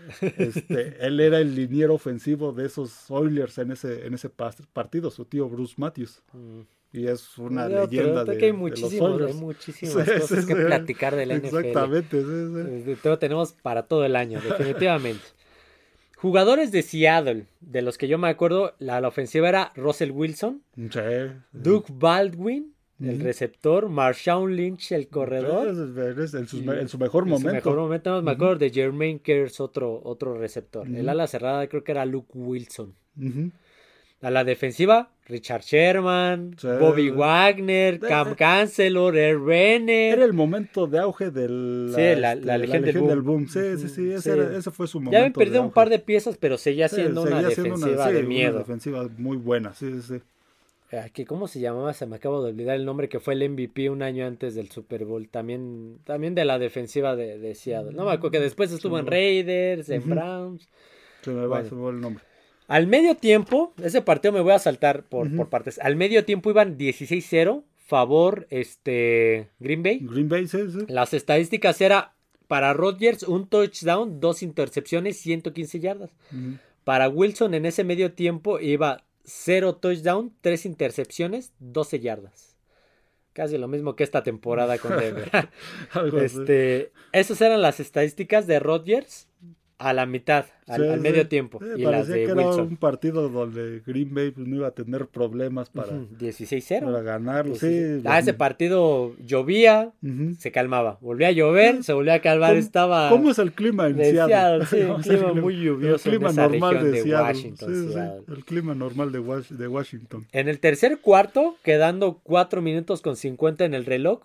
Este, él era el liniero ofensivo de esos Oilers en ese, en ese pas- partido, su tío Bruce Matthews. Mm. Y es una Hay otro, leyenda otro de, que hay de los muchísimos, Oilers. hay muchísimas Sí, cosas sí, que sí. platicar de la N F L. Exactamente, sí, sí. Eh, Todo tenemos para todo el año, definitivamente. Jugadores de Seattle, de los que yo me acuerdo, la, la ofensiva era Russell Wilson, Sí. Duke Baldwin, el Ujú. receptor, Marshawn Lynch, el corredor. Es- es- En su, y- en su mejor en su momento. mejor momento, me Ujú. acuerdo de Jermaine Kearse, otro, otro receptor. Ujú. El ala cerrada creo que era Luke Wilson. Ujú. A la defensiva, Richard Sherman, Sí, Bobby sí. Wagner, Cam Eh, Chancellor, Ed Renner. Era el momento de auge de la, Sí, la, este, la la Legión del legión del Boom. boom. Sí, sí, sí, ese, Sí. era- ese fue su Ya habían momento de perdido un auge. par de piezas, pero seguía Sí, siendo una seguía siendo una, defensiva sí, de una miedo. defensiva muy buena. Sí, sí, sí. Ah, que ¿cómo se llamaba? Se me acabo de olvidar el nombre, que fue el M V P un año antes del Super Bowl. También, también de la defensiva de, de Seattle. No me acuerdo que después Se estuvo me en va. Raiders, en Ujú. Browns. Se me va, Bueno, se me va el nombre. al medio tiempo, ese partido me voy a saltar por, Ujú. por partes. Al medio tiempo iban dieciséis cero, favor este Green Bay. Green Bay, sí, sí. Las estadísticas era para Rodgers un touchdown, dos intercepciones, ciento quince yardas. Ujú. Para Wilson en ese medio tiempo iba cero touchdown, tres intercepciones, doce yardas. Casi lo mismo que esta temporada con Denver. Algo así. este, esas eran las estadísticas de Rodgers a la mitad, al, Sí, al sí. medio tiempo. Sí, y las parecía de que era Wilson. un partido donde Green Bay pues, no iba a tener problemas para, Ujú, dieciséis cero. para ganarlo. dieciséis. Sí, Ah, ese partido llovía, Ujú. se calmaba. Volvía a llover, se volvía a calmar. ¿Cómo, Estaba cómo es el clima en de Seattle? Seattle, sí, un ¿Cómo es el clima muy lluvioso el en clima esa normal región de, de Seattle. Washington, Sí, sí, Seattle. el clima normal de, Was- de Washington. En el tercer cuarto, quedando cuatro minutos con cincuenta en el reloj,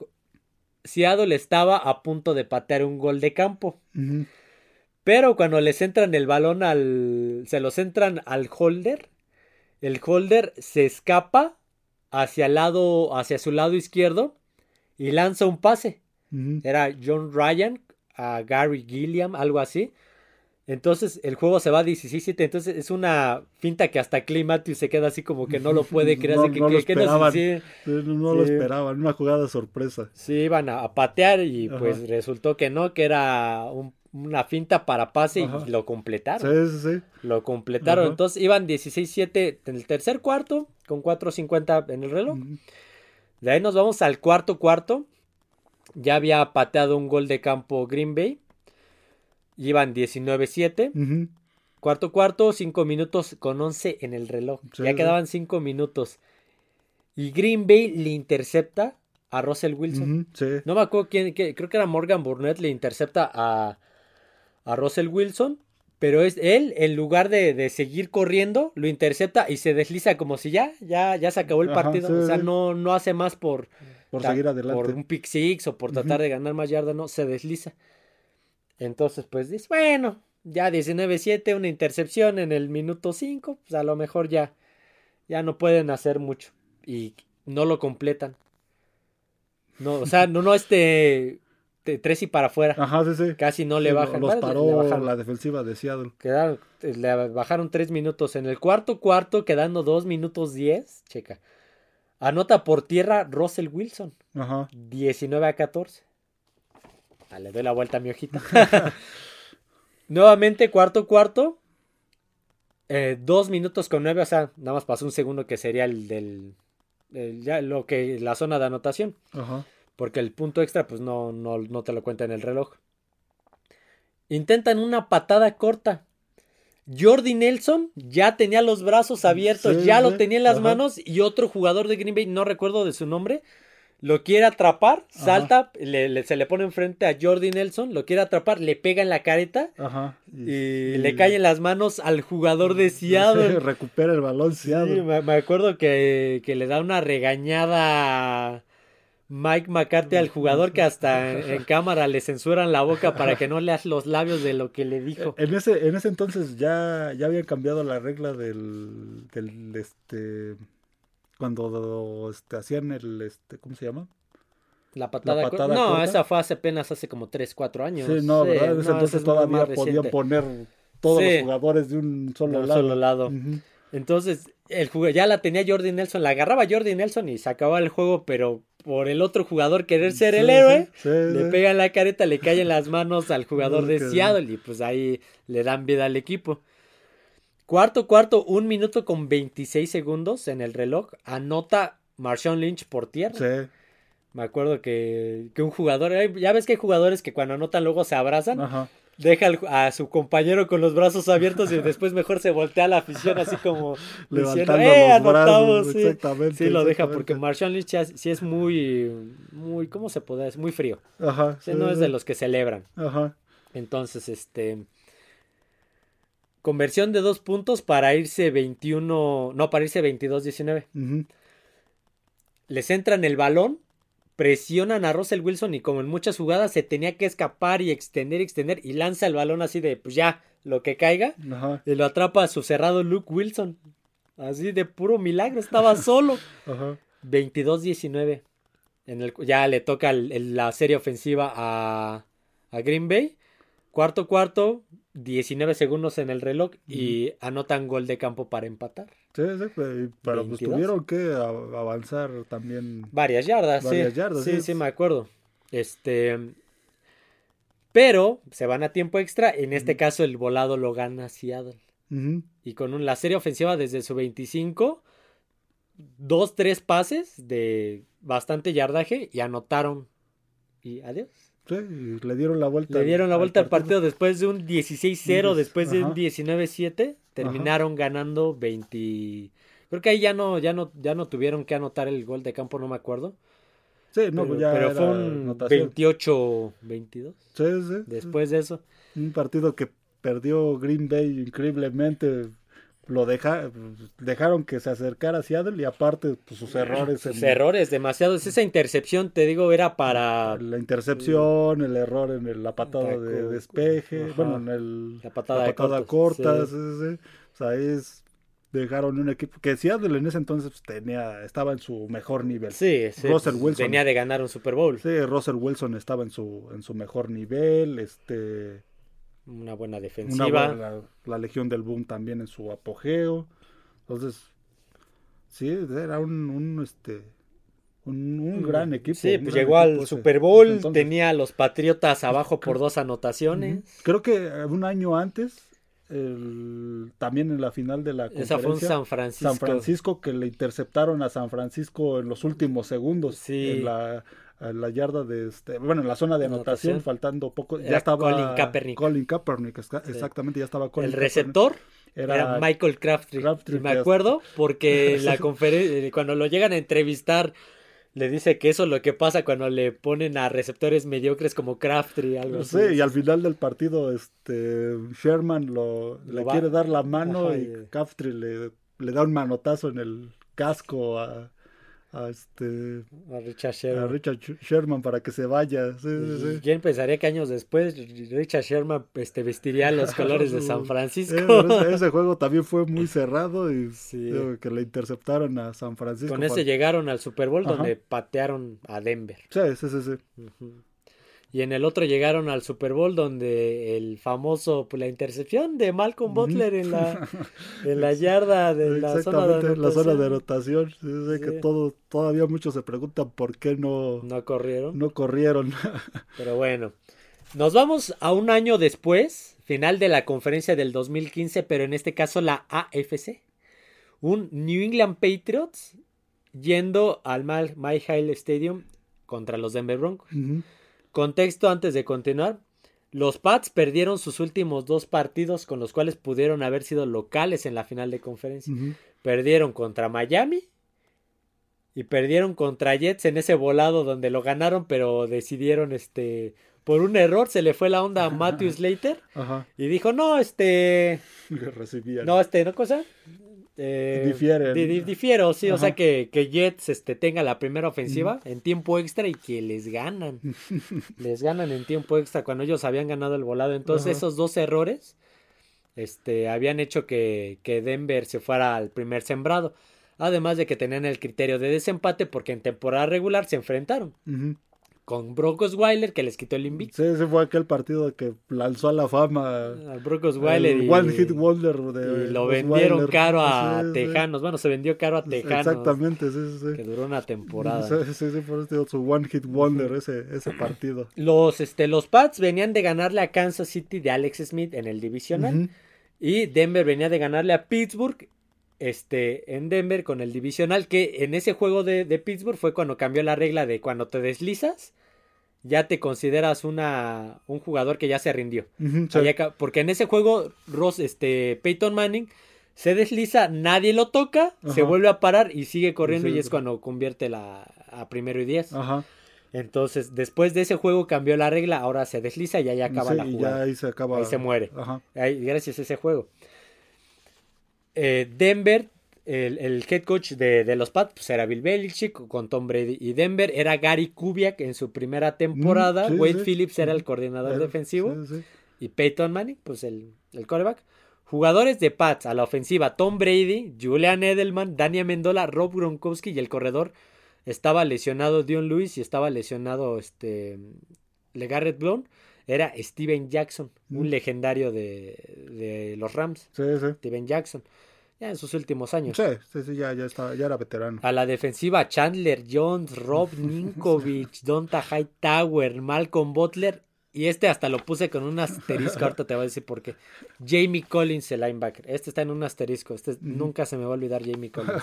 Seattle estaba a punto de patear un gol de campo. Ujú. Pero cuando les entran el balón al... se los entran al holder, el holder se escapa hacia el lado, hacia su lado izquierdo y lanza un pase. Ujú. Era John Ryan a Gary Gilliam, algo así. Entonces el juego se va a dieciséis siete. Entonces es una finta que hasta Clay Matthews se queda así como que no lo puede creer. No, así que, no lo que- que no sé esperaban. si- Sí, no no sí. lo esperaban. Una jugada sorpresa. Sí, iban a, a patear y Ajá. pues resultó que no, que era un- una finta para pase Ajá. y lo Sí, completaron. sí, sí. Lo completaron. Ajá. Entonces iban dieciséis siete en el tercer cuarto con cuatro cincuenta en el reloj. Ujú. De ahí nos vamos al cuarto cuarto. Ya había pateado un gol de campo Green Bay. Iban diecinueve siete. Ujú. Cuarto cuarto, cinco minutos con once en el reloj. Sí, ya sí. quedaban cinco minutos. Y Green Bay le intercepta a Russell Wilson. Ujú. Sí. No me acuerdo quién, qué- creo que era Morgan Burnett, le intercepta a, a Russell Wilson. Pero es él, en lugar de, de seguir corriendo, lo intercepta y se desliza como si ya, ya, ya se acabó el Ajá, partido. sí, o sea, sí. no, no hace más por, Por ta- seguir adelante. por un pick six o por Ujú. tratar de ganar más yardas, no, se desliza. Entonces, pues dice, bueno, ya diecinueve siete, una intercepción en el minuto cinco, pues a lo mejor ya, ya no pueden hacer mucho. Y no lo completan. No, o sea, no, no este de tres y para afuera. Ajá, sí, sí. Casi no Sí, le lo- bajan. los Bueno, le- paró le bajaron. la defensiva de Seattle. Quedaron, le bajaron tres minutos. En el cuarto cuarto, quedando dos minutos diez. Checa. Anota por tierra Russell Wilson. Ajá. diecinueve a catorce. Ah, le doy la vuelta a mi hojita. Nuevamente, cuarto cuarto. Eh, dos minutos con nueve. O sea, nada más pasó un segundo que sería el del. el- ya lo que la zona de anotación. Ajá. Porque el punto extra, pues no, no, no te lo cuenta en el reloj. Intentan una patada corta. Jordi Nelson ya tenía los brazos abiertos, Sí, ya sí, lo tenía en las ajá. manos. Y otro jugador de Green Bay, no recuerdo de su nombre, lo quiere atrapar, Ajá. salta, le- le- se le pone enfrente a Jordi Nelson, lo quiere atrapar, le pega en la careta Ajá. y, le cae en las manos al jugador de Sí, Seattle. recupera el balón Sí, Seattle. me, me acuerdo que, que le da una regañada Mike McCarthy al jugador, que hasta en, en cámara le censuran la boca para que no leas los labios de lo que le dijo. En ese, en ese entonces ya, ya habían cambiado la regla del, del este cuando este, hacían el este, ¿cómo se llama? La patada, La cor- patada No, corta. esa fue hace apenas hace como tres, cuatro años. Sí, no, Sí, ¿verdad? En ese no, entonces esa es muy todavía más podían reciente. poner todos Sí. los jugadores de un solo De un lado. solo lado. Ujú. Entonces, el jug- ya la tenía Jordi Nelson, la agarraba Jordi Nelson y se acababa el juego, pero por el otro jugador querer ser Sí, el héroe, sí, sí, le sí. pega en la careta, le cae en las manos al jugador de Que- Seattle y pues ahí le dan vida al equipo. Cuarto, cuarto, un minuto con veintiséis segundos en el reloj, anota Marshawn Lynch por tierra. Sí. Me acuerdo que, que un jugador, ya ves que hay jugadores que cuando anotan luego se abrazan, Ajá. deja al- a su compañero con los brazos abiertos y después mejor se voltea a la afición así como diciendo, Levantando ¡eh, los anotamos! brazos, Sí, exactamente, sí lo deja exactamente. porque Marshawn Lynch ya- sí es muy, muy, ¿cómo se puede decir? Muy frío. Ajá. Sí, no es de los que celebran. Ajá. Entonces, este... conversión de dos puntos para irse veintiuno, no, para irse veintidós diecinueve. Uh-huh. Les entran el balón, presionan a Russell Wilson y como en muchas jugadas se tenía que escapar y extender, extender y lanza el balón así de, pues ya, lo que caiga. Ajá. Y lo atrapa a su cerrado Luke Wilson. Así de puro milagro, estaba solo. Ajá. veintidós diecinueve. En el, ya le toca el, el, la serie ofensiva a, a Green Bay. Cuarto cuarto, diecinueve segundos en el reloj y uh-huh. anotan gol de campo para empatar. Sí, sí, pero pues tuvieron que avanzar también. Varias yardas, varias sí. yardas. Sí, sí, sí, me acuerdo. Este, pero se van a tiempo extra. En este uh-huh. caso el volado lo gana Seattle. Uh-huh. Y con un, la serie ofensiva desde su veinticinco, dos, tres pases de bastante yardaje y anotaron. Y adiós. Sí, y le dieron la vuelta. Le dieron la vuelta al partido, al partido después de un dieciséis cero, después de Ajá. un diecinueve siete, terminaron Ajá. ganando veinte. Creo que ahí ya no, ya no, ya no tuvieron que anotar el gol de campo, no me acuerdo. Sí, no, pero, ya pero era fue un notación. veintiocho veintidós. Sí, sí. Después sí. de eso. Un partido que perdió Green Bay increíblemente. Lo deja, dejaron que se acercara a Seattle y aparte pues, sus errores. Sus en, errores, demasiados. Esa intercepción, te digo, era para... La intercepción, el error en el, la patada Taco, de despeje, ajá. bueno, en el, la patada, la patada de corta. sí. Sí, sí. O sea, es, dejaron un equipo que Seattle en ese entonces pues, tenía, estaba en su mejor nivel. Sí, sí. Russell Wilson. Venía de ganar un Super Bowl. Sí, Russell Wilson estaba en su, en su mejor nivel, este... Una buena defensiva. Una buena, la, la Legión del Boom también en su apogeo. Entonces, sí, era un, un este un, un gran equipo. Sí, pues llegó al ese, Super Bowl, entonces, tenía a los Patriotas abajo por dos anotaciones. Creo que un año antes, el, también en la final de la conferencia. Esa fue en San Francisco. San Francisco, que le interceptaron a San Francisco en los últimos segundos. Sí. En la... a la yarda de este, bueno, en la zona de anotación, anotación. faltando poco, era ya estaba Colin Kaepernick. Colin Kaepernick, exactamente, sí. ya estaba Colin El receptor era, era Michael Crabtree. Crabtree y me acuerdo porque en la conferencia, cuando lo llegan a entrevistar, le dice que eso es lo que pasa cuando le ponen a receptores mediocres como Crabtree, algo sí, así. Y al final del partido, este Sherman lo, lo le va. quiere dar la mano. Ajá, y yeah. Crabtree le, le da un manotazo en el casco a a este a Richard Sherman, a Richard Sherman para que se vaya. Sí, y, sí, sí. ¿Quién pensaría que años después Richard Sherman este, vestiría los colores de San Francisco? ese, ese juego también fue muy cerrado y sí. digo, que le interceptaron a San Francisco. Con ese para... llegaron al Super Bowl Ajá. donde patearon a Denver. Sí, sí, sí. sí. Uh-huh. Y en el otro llegaron al Super Bowl donde el famoso, pues la intercepción de Malcolm Butler en la en la yarda de la zona de anotación. la zona de anotación. Sí, sí, sí. Que todo, todavía muchos se preguntan por qué no, no corrieron. No corrieron. Pero bueno, nos vamos a un año después, final de la conferencia del dos mil quince, pero en este caso la A F C. Un New England Patriots yendo al Mile Stadium contra los Denver Broncos. Uh-huh. Contexto antes de continuar. Los Pats perdieron sus últimos dos partidos con los cuales pudieron haber sido locales en la final de conferencia. Uh-huh. Perdieron contra Miami y perdieron contra Jets en ese volado donde lo ganaron, pero decidieron, este, por un error se le fue la onda a Matthew Slater. Ajá. Y dijo, no, este... recibían. No, este, ¿no cosa? Eh, Difieren. Di, di, difiero, sí, Ajá. o sea que, que Jets este, tenga la primera ofensiva mm. en tiempo extra y que les ganan. les ganan en tiempo extra cuando ellos habían ganado el volado. Entonces Ajá. esos dos errores este, habían hecho que, que Denver se fuera al primer sembrado. Además de que tenían el criterio de desempate porque en temporada regular se enfrentaron. Uh-huh. Con Brock Osweiler, que les quitó el invicto. Sí, ese fue aquel partido que lanzó a la fama al Brock Osweiler. Y, One Hit Wonder de y lo vendieron Osweiler. caro a sí, Tejanos. Sí. Bueno, se vendió caro a Tejanos. Exactamente, sí, sí, sí. Que duró una temporada. Sí, sí, sí, por eso su One Hit Wonder, uh-huh. ese, ese partido. Los, este, los Pats venían de ganarle a Kansas City de Alex Smith en el divisional. Uh-huh. Y Denver venía de ganarle a Pittsburgh este, en Denver con el divisional. Que en ese juego de, de Pittsburgh fue cuando cambió la regla de cuando te deslizas ya te consideras una un jugador que ya se rindió. Uh-huh, sí. Allá, porque en ese juego Ross, este, Peyton Manning se desliza, nadie lo toca, Ajá. se vuelve a parar y sigue corriendo sí, y es sí. cuando convierte la a primero y diez. Ajá. Entonces, después de ese juego cambió la regla, ahora se desliza y ahí acaba sí, la jugada. Y ya ahí se acaba. Ahí se muere. Ajá. Ahí, gracias a ese juego. Eh, Denver, el, el head coach de, de los Pats, pues era Bill Belichick con Tom Brady. Y Denver era Gary Kubiak en su primera temporada. Mm, sí, Wade sí. Phillips era el coordinador Era- defensivo. sí, sí. Y Peyton Manning, pues el, el quarterback. Jugadores de Pats a la ofensiva: Tom Brady, Julian Edelman, Danny Amendola, Rob Gronkowski, y el corredor estaba lesionado Dion Lewis y estaba lesionado este LeGarrette Blount. Era Steven Jackson, Mm. un legendario de, de los Rams. Sí, sí. Steven Jackson, ya en sus últimos años. Sí, sí, sí, ya, ya, estaba, ya era veterano. A la defensiva: Chandler Jones, Rob Ninkovich, Donta Hightower, Malcolm Butler. Y este hasta lo puse con un asterisco. Ahorita te voy a decir por qué. Jamie Collins, el linebacker. Este está en un asterisco. Este Ujú. nunca se me va a olvidar Jamie Collins.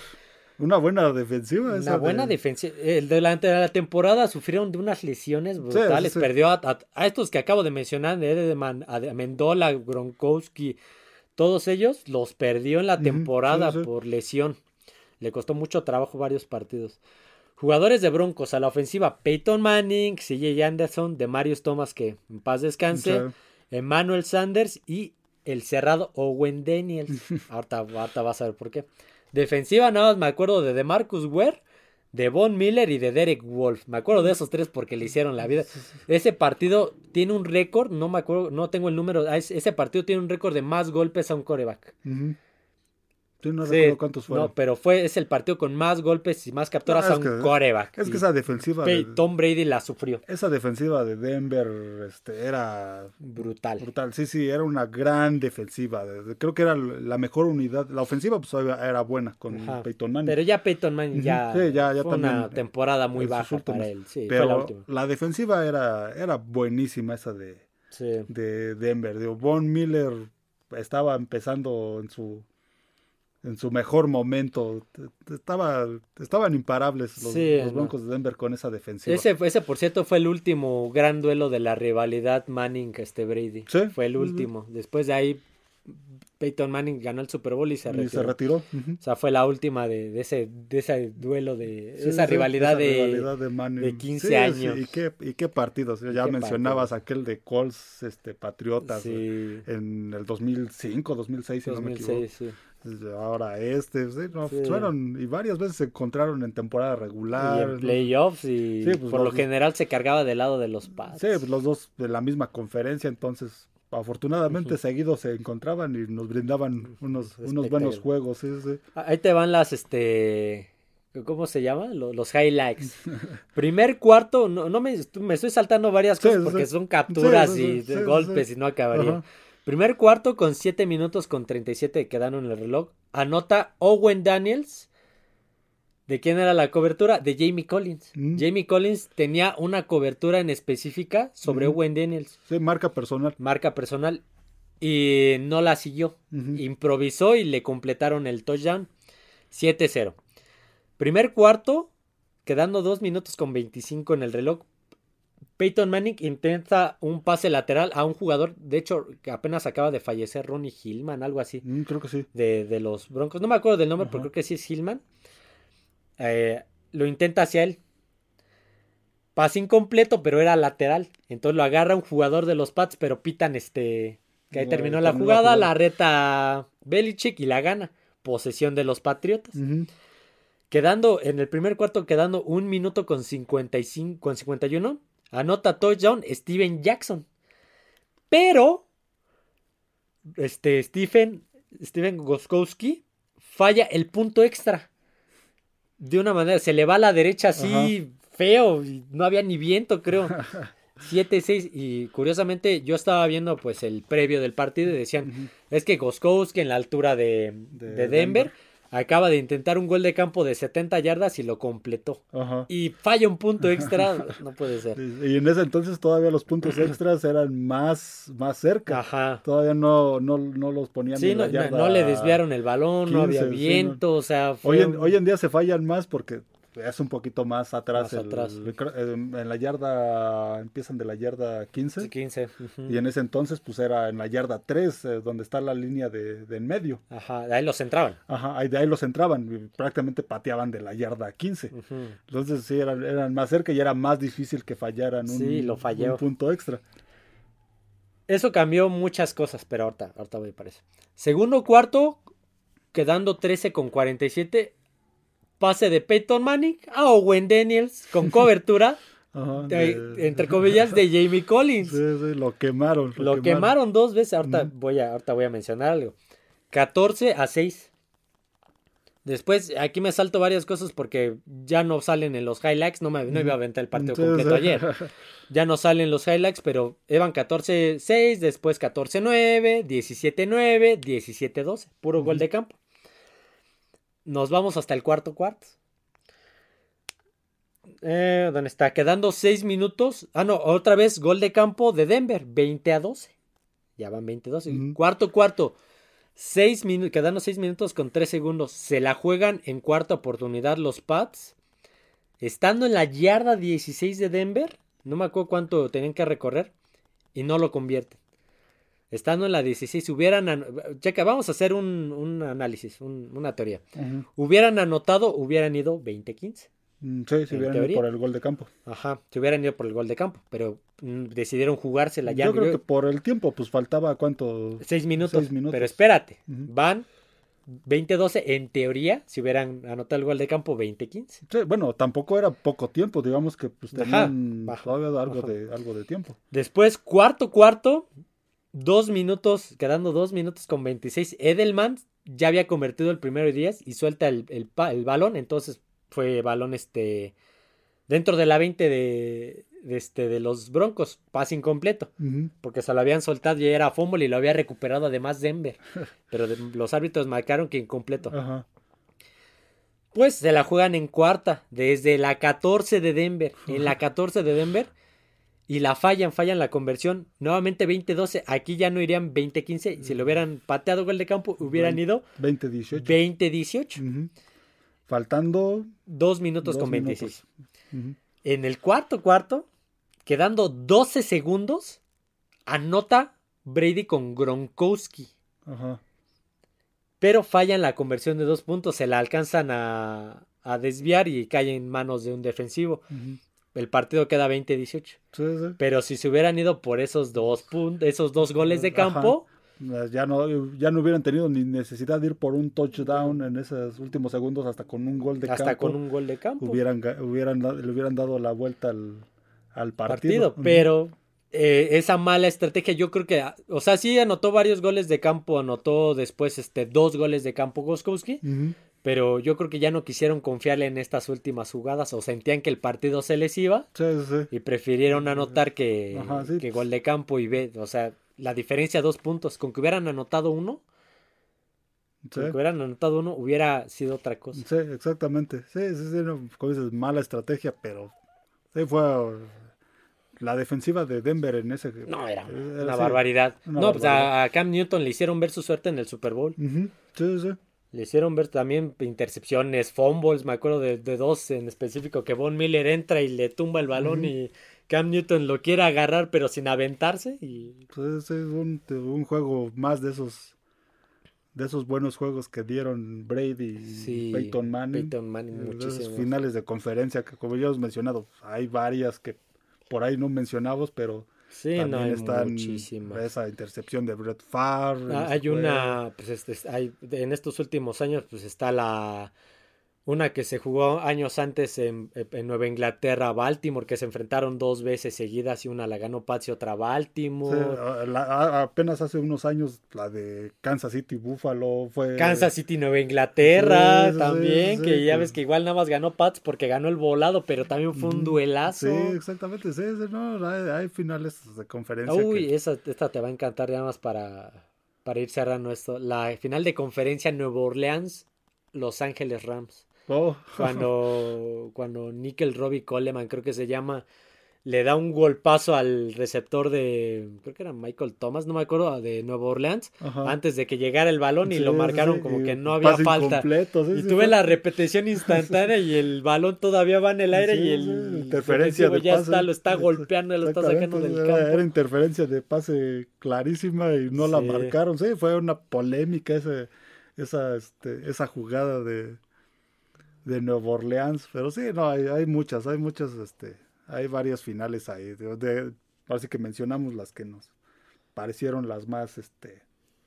Una buena defensiva. Una esa buena de... defensa. Durante la temporada sufrieron de unas lesiones brutales. sí, sí. Perdió a, a- a estos que acabo de mencionar, de Edelman, a de Amendola, Gronkowski, todos ellos los perdió en la Ujú, temporada sí, sí. por lesión. Le costó mucho trabajo varios partidos. Jugadores de Broncos a la ofensiva: Peyton Manning, C J Anderson, Demarius Thomas, que en paz descanse, Sí. Emmanuel Sanders y el cerrado Owen Daniels. Ahorita, ahorita vas a ver por qué. Defensiva, nada más me acuerdo de DeMarcus Ware, de Von Miller y de Derek Wolf. Me acuerdo de esos tres porque le hicieron la vida. Ese partido tiene un récord, no me acuerdo, no tengo el número. ah, ese- Ese partido tiene un récord de más golpes a un quarterback. Ujú. Sí, no Sí, recuerdo cuántos fueron. no, pero fue, es el partido con más golpes y más capturas No, a es un que- quarterback. Es que Y esa defensiva de, Tom Brady la sufrió. esa defensiva de Denver este, era Brutal. brutal. Sí, sí, era una gran defensiva. De- de- Creo que era la mejor unidad. La ofensiva pues era buena con Ajá. Peyton Manning. Pero ya Peyton Manning Ujú, ya, sí, ya- ya fue una también, temporada muy en sus baja últimas. para él. Sí, Pero fue la última. la defensiva era, era buenísima esa de, Sí. de Denver. Digo, Von Miller estaba empezando en su en su mejor momento. Estaba, estaban imparables los, Sí, los no. Broncos de Denver con esa defensiva. Ese, ese, por cierto, fue el último gran duelo de la rivalidad Manning-Brady. Sí, Fue el sí, sí. último. Después de ahí, Peyton Manning ganó el Super Bowl y se Y retiró. se retiró. Ujú. O sea, fue la última de, de ese, de ese duelo, de Sí, esa sí, rivalidad, esa de, rivalidad de, Manning. de quince Sí, sí, años. y, qué, y qué partidos. Ya qué mencionabas partidos. aquel de Colts, este, Patriotas, Sí, en el dos mil cinco, dos mil seis, si no me equivoco. dos mil seis, sí. Ahora este, sí, no, Sí. fueron, y varias veces se encontraron en temporada Y regular. en ¿no? playoffs y Sí, pues por lo los- general se cargaba del lado de los Pats. Sí, pues los dos de la misma conferencia, entonces afortunadamente Ujú. seguidos se encontraban y nos brindaban unos, unos buenos Espectacular. juegos. Sí, sí. Ahí te van las, este, ¿cómo se llama? Lo- Los highlights. Primer cuarto, no, no me, me estoy saltando varias Sí, cosas sí, porque sí. son capturas Sí, sí, y sí, de sí, golpes sí. y no acabaría. Ajá. Primer cuarto con siete minutos con treinta y siete que quedaron en el reloj. Anota Owen Daniels. ¿De quién era la cobertura? De Jamie Collins. Mm. Jamie Collins tenía una cobertura en específica sobre Mm. Owen Daniels, Sí, marca personal. marca personal, y no la siguió. Ujú. Improvisó y le completaron el touchdown. siete cero. Primer cuarto, quedando dos minutos con veinticinco en el reloj. Peyton Manning intenta un pase lateral a un jugador, de hecho, que apenas acaba de fallecer, Ronnie Hillman, algo así, Mm, creo que sí. de, de los Broncos. No me acuerdo del nombre, Ajá. pero creo que sí es Hillman. Eh, lo intenta hacia él. Pase incompleto, pero era lateral. Entonces lo agarra un jugador de los Pats, pero pitan este... Que ahí Ya, terminó terminó la la jugada, jugada. la reta Belichick y la gana. Posesión de los Patriotas. Ujú. Quedando en el primer cuarto, quedando un minuto con cincuenta y cinco, con cincuenta y uno, anota touchdown Steven Jackson. Pero este Stephen, Steven Gostkowski falla el punto extra. De una manera, se le va a la derecha así feo. Y no había ni viento, creo. siete seis. Y curiosamente, yo estaba viendo pues el previo del partido y decían, Ujú. es que Gostkowski en la altura de, De de Denver, Denver. acaba de intentar un gol de campo de setenta yardas y lo completó. Ajá. Y falla un punto extra, no puede ser. Y en ese entonces todavía los puntos extras eran más, más cerca. Ajá. Todavía no, no, no los ponían Sí, en no, la yarda. no le desviaron el balón, no había quince, sí, viento, o sea, fue Hoy en, un- hoy en día se fallan más porque es un poquito más atrás. Más el- atrás. el- en en la yarda, empiezan de la yarda quince. quince. Ujú. Y en ese entonces pues era en la yarda tres, eh, donde está la línea de, de en medio. Ajá, de ahí los entraban. Ajá, ahí, de ahí los entraban y prácticamente pateaban de la yarda quince. Ujú. Entonces sí, eran, eran más cerca y era más difícil que fallaran un, Sí, lo falló. un punto extra. Eso cambió muchas cosas, pero ahorita, ahorita voy para eso. Segundo cuarto, quedando trece con cuarenta y siete, pase de Peyton Manning a Owen Daniels con cobertura, Ajá, de, de... entre comillas, de Jamie Collins. Sí, sí, lo quemaron. Lo, lo quemaron. quemaron dos veces. Ahorita, uh-huh. voy a, ahorita voy a mencionar algo. catorce a seis. Después, aquí me salto varias cosas porque ya no salen en los highlights. No, me, no iba a aventar el partido Entonces, completo ayer. Ya no salen los highlights, pero iban catorce a seis, después catorce a nueve, diecisiete a nueve, diecisiete a doce. Puro uh-huh. gol de campo. Nos vamos hasta el cuarto cuarto. Eh, ¿Dónde está? Quedando seis minutos. Ah, no, otra vez gol de campo de Denver. veinte a doce. Ya van veinte a doce. Uh-huh. Cuarto cuarto. Seis minutos, quedando seis minutos con tres segundos. Se la juegan en cuarta oportunidad los Pats. Estando en la yarda dieciséis de Denver. No me acuerdo cuánto tenían que recorrer. Y no lo convierten. Estando en la dieciséis. Hubieran... An- Checa, vamos a hacer un, un análisis. Un, una teoría. Uh-huh. Hubieran anotado, hubieran ido veinte a quince. Sí, si hubieran teoría. ido por el gol de campo. Ajá, si hubieran ido por el gol de campo, pero mm, decidieron jugársela ya. Yo creo yo... que por el tiempo, pues faltaba ¿cuánto? Seis minutos. Seis minutos. Pero espérate, uh-huh. van veinte a doce en teoría, si hubieran anotado el gol de campo veinte a quince. Sí, bueno, tampoco era poco tiempo, digamos que pues tenían Ajá, todavía algo de, algo de tiempo. Después, cuarto, cuarto, dos minutos, quedando dos minutos con veintiséis, Edelman ya había convertido el primero y diez y suelta el, el, el balón, entonces... Fue balón este dentro de la veinte de, de, este, de los Broncos. Pase incompleto. Uh-huh. Porque se lo habían soltado y era fumble y lo había recuperado además Denver. Pero de, los árbitros marcaron que incompleto. Uh-huh. Pues se la juegan en cuarta. Desde la catorce de Denver. Uh-huh. En la catorce de Denver. Y la fallan, fallan la conversión. Nuevamente veinte a doce. Aquí ya no irían veinte a quince. Si lo hubieran pateado gol de campo, hubieran ido veinte a dieciocho. veinte a dieciocho. Uh-huh. Faltando dos minutos dos con veintiséis. Minutos. Uh-huh. En el cuarto cuarto, quedando doce segundos, anota Brady con Gronkowski. Uh-huh. Pero fallan la conversión de dos puntos, se la alcanzan a, a desviar y cae en manos de un defensivo. Uh-huh. El partido queda veinte a dieciocho. Sí, sí. Pero si se hubieran ido por esos dos puntos, esos dos goles de campo... Ajá. Ya no, ya no hubieran tenido ni necesidad de ir por un touchdown en esos últimos segundos hasta con un gol de hasta campo. Hasta con un gol de campo. Hubieran, hubieran, le hubieran dado la vuelta al, al partido. partido. Pero eh, esa mala estrategia, yo creo que, o sea, sí anotó varios goles de campo, anotó después este dos goles de campo Gronkowski, uh-huh. pero yo creo que ya no quisieron confiarle en estas últimas jugadas o sentían que el partido se les iba sí, sí. y prefirieron anotar que, Ajá, sí. que gol de campo y ve, o sea... La diferencia, dos puntos. Con que hubieran anotado uno, sí. con que hubieran anotado uno, hubiera sido otra cosa. Sí, exactamente. Sí, sí, sí, no, como dices, mala estrategia, pero sí fue la defensiva de Denver en ese. No, era, era una sí, barbaridad. Una no, barbaridad. Pues a, a Cam Newton le hicieron ver su suerte en el Super Bowl. Uh-huh. Sí, sí. Le hicieron ver también intercepciones, fumbles, me acuerdo de, de dos en específico, que Von Miller entra y le tumba el balón uh-huh. y Cam Newton lo quiere agarrar pero sin aventarse. Y... Pues es un, un juego más de esos de esos buenos juegos que dieron Brady y sí, Peyton Manning. Peyton Manning muchísimo. Finales de conferencia que como ya hemos mencionado, hay varias que por ahí no mencionamos, pero... Sí, también no, hay están muchísimas. Esa intercepción de Brett Favre. Ah, hay una, pues este, hay, en estos últimos años, pues está la, una que se jugó años antes en, en Nueva Inglaterra, Baltimore, que se enfrentaron dos veces seguidas y una la ganó Pats y otra Baltimore. Sí, la, apenas hace unos años la de Kansas City, Buffalo fue... Kansas City, Nueva Inglaterra, sí, también, sí, que sí, ya sí. ves que igual nada más ganó Pats porque ganó el volado, pero también fue un duelazo. Sí, exactamente, sí, sí no, hay, hay finales de conferencia. Uy, que... esa, esta te va a encantar ya más para, para ir cerrando esto. La final de conferencia Nueva Orleans, Los Ángeles Rams. Oh. Cuando, cuando Nickel Robbie Coleman, creo que se llama, le da un golpazo al receptor de, creo que era Michael Thomas, no me acuerdo, de Nueva Orleans, Ajá. antes de que llegara el balón y sí, lo marcaron sí, como y que no había falta. Sí, y sí, tuve sí. la repetición instantánea y el balón todavía va en el aire sí, y el sí, interferencia de ya pase. está, lo está golpeando, lo está sacando del campo. Era interferencia de pase clarísima y no sí. la marcaron. Sí, fue una polémica ese, esa, este, esa jugada de... de Nueva Orleans, pero sí, no, hay, hay muchas, hay muchas, este, hay varias finales ahí, de, de, así que mencionamos las que nos parecieron las más, este,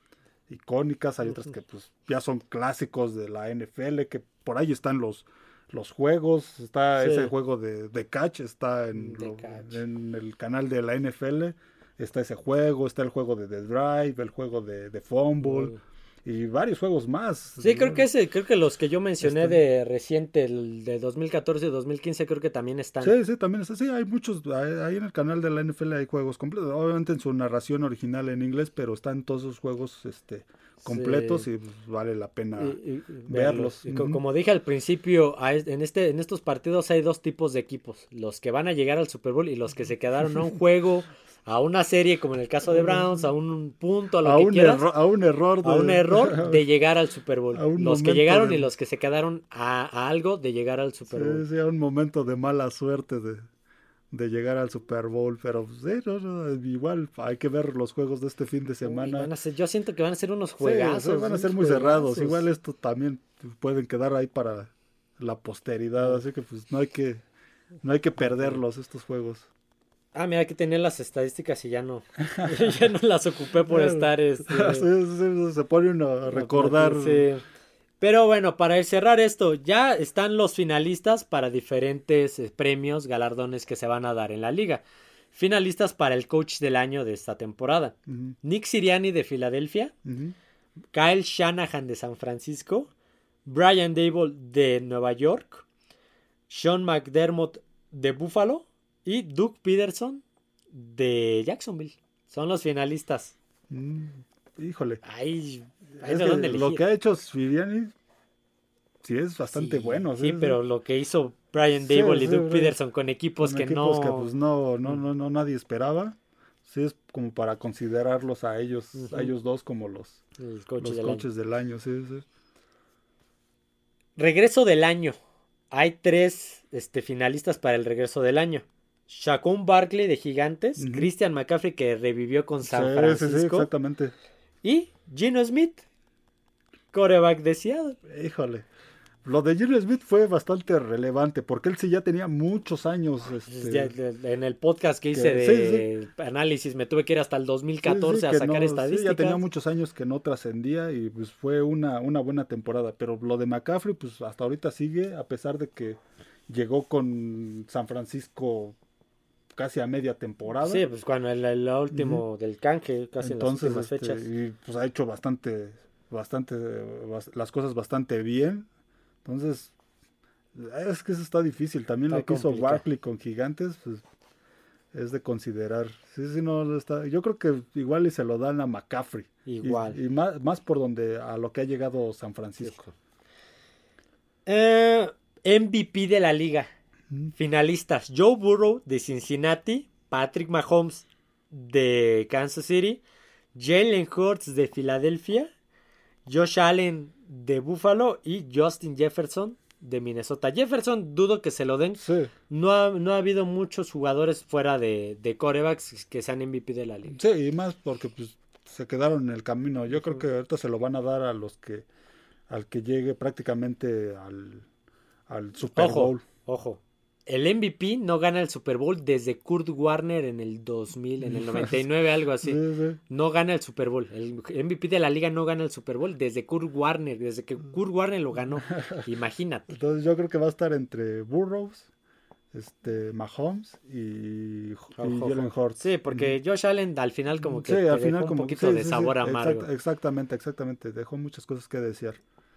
icónicas, hay otras que pues ya son clásicos de la N F L, que por ahí están los, los juegos, está sí. ese juego de, de catch, está en, lo, catch. en el canal de la N F L, está ese juego, está el juego de The Drive, el juego de, de Fumble, mm. y varios juegos más. Sí, ¿no? creo que ese, creo que los que yo mencioné están... de reciente, el de dos mil catorce y dos mil quince, creo que también están. Sí, sí, también está, sí, hay muchos, ahí en el canal de la N F L hay juegos completos, obviamente en su narración original en inglés, pero están todos esos juegos, este... completos sí. y pues, vale la pena y, y, verlos. Y, uh-huh. Como dije al principio, en este en estos partidos hay dos tipos de equipos, los que van a llegar al Super Bowl y los que se quedaron a un juego, a una serie como en el caso de Browns, a un punto, a lo a que un quieras, erro- a un error de... a un error de llegar al Super Bowl. Los que llegaron de... y los que se quedaron a, a algo de llegar al Super Bowl. Sí, sí, a un momento de mala suerte de de llegar al Super Bowl, pero sí, no, no, igual hay que ver los juegos de este fin de semana. Uy, van a ser, yo siento que van a ser unos juegazos. Sí, van a ser muy juegazos. cerrados, igual esto también pueden quedar ahí para la posteridad, así que pues no hay que no hay que perderlos estos juegos. Ah, mira, aquí tenía las estadísticas y ya no ya no las ocupé por estar este... sí, sí, se pone uno a recordar. Sí. Pero bueno, para cerrar esto, ya están los finalistas para diferentes eh, premios, galardones que se van a dar en la liga. Finalistas para el coach del año de esta temporada. Uh-huh. Nick Sirianni de Filadelfia, uh-huh. Kyle Shanahan de San Francisco, Brian Daboll de Nueva York, Sean McDermott de Buffalo y Doug Peterson de Jacksonville. Son los finalistas. Mm, híjole. Ay, es que lo que ha hecho Sirianni sí es bastante sí, bueno. Sí, sí, pero lo que hizo Brian Daboll sí, y Doug sí, Peterson con equipos con que equipos no... que pues no, no, no, no nadie esperaba. Sí, es como para considerarlos a ellos, uh-huh. a ellos dos como los, coach los del coaches año. del año. Sí, sí. Regreso del año. Hay tres este, finalistas para el regreso del año. Shaquem Barkley de Gigantes, uh-huh. Christian McCaffrey que revivió con San sí, Francisco. Sí, sí, exactamente. Y Geno Smith, quarterback de Seattle. Híjole. Lo de Geno Smith fue bastante relevante porque él sí ya tenía muchos años. Este, ya, en el podcast que hice que, de sí, sí. análisis me tuve que ir hasta el dos mil catorce sí, sí, a sacar no, estadísticas. Sí, ya tenía muchos años que no trascendía y pues fue una, una buena temporada. Pero lo de McCaffrey pues hasta ahorita sigue a pesar de que llegó con San Francisco casi a media temporada. Sí, pues cuando el, el último uh-huh. del canje, casi Entonces, en las últimas este, fechas. Y pues ha hecho bastante, bastante, las cosas bastante bien. Entonces, es que eso está difícil. También está lo que complicado. Hizo Barkley con Gigantes, pues es de considerar. Sí, sí, no está. Yo creo que igual y se lo dan a McCaffrey. Igual. Y, y más, más por donde a lo que ha llegado San Francisco. Sí. Eh, M V P de la liga. Finalistas: Joe Burrow de Cincinnati, Patrick Mahomes de Kansas City, Jalen Hurts de Filadelfia, Josh Allen de Buffalo y Justin Jefferson de Minnesota. Jefferson dudo que se lo den. Sí. No ha, no ha habido muchos jugadores fuera de, de quarterbacks que sean M V P de la liga. Sí, y más porque pues se quedaron en el camino. Yo creo que ahorita se lo van a dar a los que al que llegue prácticamente al, al Super ojo, Bowl. Ojo. El M V P no gana el Super Bowl desde Kurt Warner en el dos mil, en el noventa y nueve, algo así. Sí, sí. No gana el Super Bowl. El M V P de la liga no gana el Super Bowl desde Kurt Warner, desde que Kurt Warner lo ganó. Imagínate. Entonces yo creo que va a estar entre Burrows, este, Mahomes y, y Jalen Hurts. Sí, porque Josh Allen al final como que sí, al final dejó como, un poquito sí, de sí, sabor sí, amargo. Exact, exactamente, exactamente. Dejó muchas cosas que desear.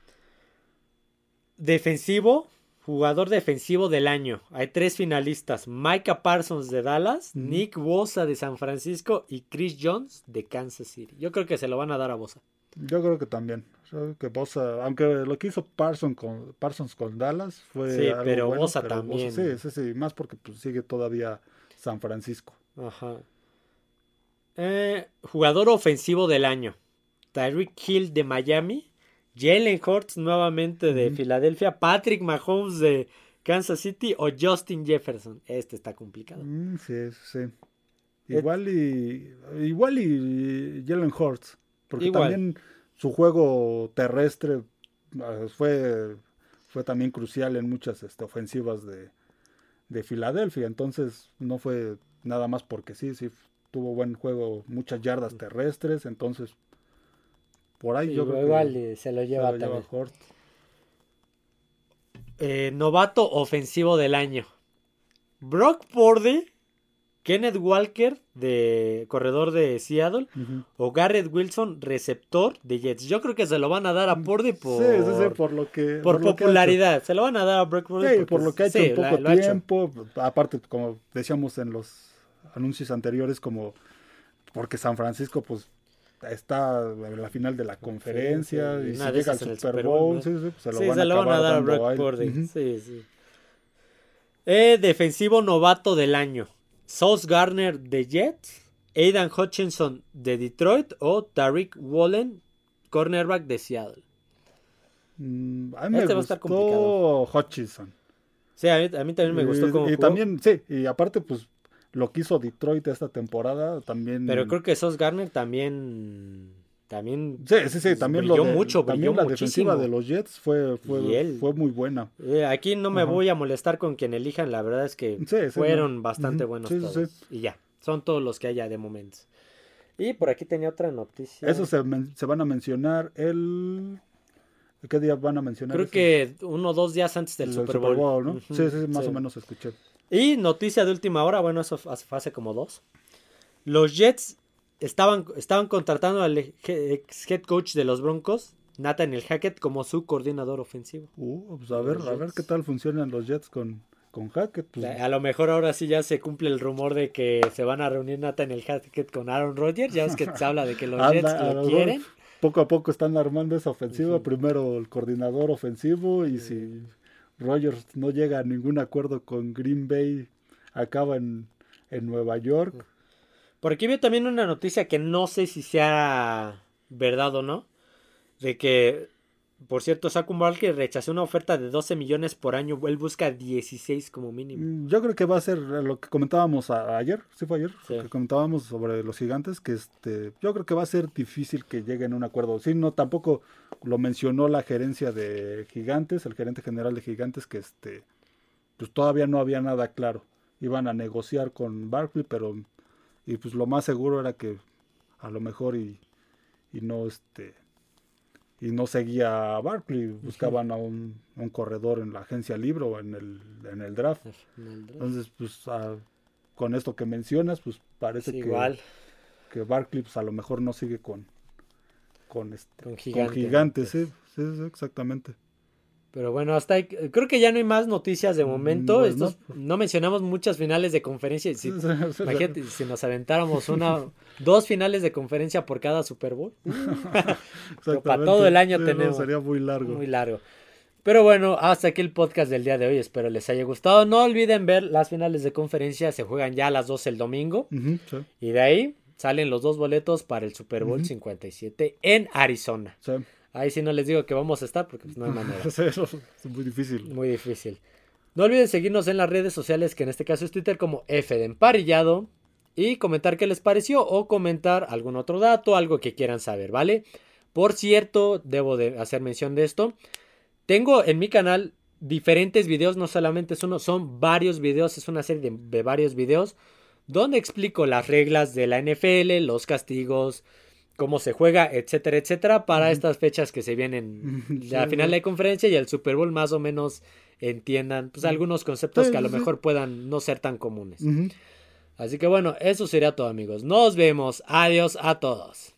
Defensivo. Jugador defensivo del año. Hay tres finalistas. Micah Parsons de Dallas, mm. Nick Bosa de San Francisco y Chris Jones de Kansas City. Yo creo que se lo van a dar a Bosa. Yo creo que también. Yo creo que Bosa, aunque lo que hizo Parsons con, Parsons con Dallas fue sí, algo pero bueno, Bosa pero también. Bosa, sí, sí, sí. Más porque pues, sigue todavía San Francisco. Ajá. Eh, jugador ofensivo del año. Tyreek Hill de Miami. Jalen Hurts nuevamente de mm. Filadelfia, Patrick Mahomes de Kansas City o Justin Jefferson. Este está complicado. Mm, sí, sí. Igual y igual y Jalen Hurts, porque igual. También su juego terrestre uh, fue fue también crucial en muchas este, ofensivas de, de Filadelfia, entonces no fue nada más porque sí, sí tuvo buen juego, muchas yardas terrestres, entonces por ahí Sí, yo creo igual que y se lo lleva se lo también. lleva Hurts. Eh, novato ofensivo del año. Brock Purdy, Kenneth Walker, de corredor de Seattle, Uh-huh. o Garrett Wilson, receptor de Jets. Yo creo que se lo van a dar a Purdy por, Sí, sí, sí, por lo que... por lo que ha popularidad. Se lo van a dar a Brock Purdy hecho. Sí, porque por lo que ha hecho sí, en la- poco lo ha hecho. tiempo. Aparte, como decíamos en los anuncios anteriores, como porque San Francisco, pues, está en la final de la conferencia. Sí, Y una si de llega al esas en el Super Super Bowl, Bowl, ¿no? sí, sí, pues, se lo Sí, van se a lo van a acabar dar a dando Brock a él. Purdy. Ujú. Sí, sí. Eh, defensivo novato del año. Sauce Gardner de Jets, Aidan Hutchinson de Detroit o Tariq Woolen, cornerback de Seattle. Mm, a mí me Este va a estar gustó complicado. Hutchinson. Sí, a mí, a mí también me gustó Y, cómo y jugó. también, sí, y aparte, pues, lo que hizo Detroit esta temporada también. Pero creo que Sauce Gardner también. También Sí, sí, sí, también lo brilló de, mucho, también brilló la defensiva muchísimo. de los Jets fue, Y fue, él- fue muy buena. Eh, aquí no me Ajá. voy a molestar con quien elijan, la verdad es que Sí, sí, fueron no. bastante Ujú. buenos Sí, sí, todos. sí. Y ya, son todos los que haya de momento. Y por aquí tenía otra noticia. Eso se, men- se van a mencionar el... ¿Qué día van a mencionar Creo eso? que uno o dos días antes del El Super Bowl. ¿no? Ujú, Sí, sí, sí, más sí. o menos escuché. Y noticia de última hora, bueno, eso fue hace como dos. Los Jets estaban, estaban contratando al ex head coach de los Broncos, Nathaniel Hackett, como su coordinador ofensivo. Uh, pues a ver, Los a ver Jets. qué tal funcionan los Jets con, con Hackett. Pues, A lo mejor ahora sí ya se cumple el rumor de que se van a reunir Nathaniel Hackett con Aaron Rodgers. Ya es que se habla de que los anda, Jets a lo lo quieren. mejor poco a poco están armando esa ofensiva. Ujú. Primero el coordinador ofensivo y si Rodgers no llega a ningún acuerdo con Green Bay, acaba en, en Nueva York. Por aquí veo también una noticia que no sé si sea verdad o no. De que, por cierto, Saquon Barkley rechazó una oferta de doce millones por año. Él busca dieciséis como mínimo. Mm, Yo creo que va a ser lo que comentábamos a- ayer, ¿sí fue ayer? Sí. Que comentábamos sobre los gigantes, que este, yo creo que va a ser difícil que lleguen a un acuerdo. Sí, no, tampoco lo mencionó la gerencia de gigantes, el gerente general de gigantes, que este, pues todavía no había nada claro. Iban a negociar con Barkley, pero, y pues lo más seguro era que a lo mejor y, y no este, y no seguía a Barkley, buscaban a un, a un corredor en la agencia libre o en el, en el draft. Entonces, pues a- con esto que mencionas, pues parece Sí, que, igual. que Barkley pues, a lo mejor no sigue con con, este, Con con Gigante, gigantes, ¿no? sí, sí, sí, exactamente. Pero bueno, hasta ahí, creo que ya no hay más noticias de momento. Pues Estos, no. no mencionamos muchas finales de conferencia. Si, Sí, sí, sí, imagínate si nos aventáramos una, dos finales de conferencia por cada Super Bowl. Pero para todo el año Sí, no, tenemos. sería muy largo. Muy largo. Pero bueno, hasta aquí el podcast del día de hoy. Espero les haya gustado. No olviden ver las finales de conferencia. Se juegan ya a las doce el domingo. Ujú, sí, Y de ahí salen los dos boletos para el Super Bowl Ujú. cincuenta y siete en Arizona. sí. Ahí sí no les digo que vamos a estar porque pues, no hay manera. Sí, eso es muy difícil. Muy difícil. No olviden seguirnos en las redes sociales, que en este caso es Twitter, como F de Emparrillado. Y comentar qué les pareció o comentar algún otro dato, algo que quieran saber, ¿vale? Por cierto, debo de hacer mención de esto. Tengo en mi canal diferentes videos, no solamente es uno, son varios videos, es una serie de, de varios videos donde explico las reglas de la N F L, los castigos, cómo se juega, etcétera, etcétera, para Ujú. estas fechas que se vienen, Ujú, la sí, final sí. de conferencia y el Super Bowl, más o menos entiendan pues, algunos conceptos Sí, que a lo sí, sí. mejor puedan no ser tan comunes. Ujú. Así que bueno, eso sería todo, amigos. Nos vemos. Adiós a todos.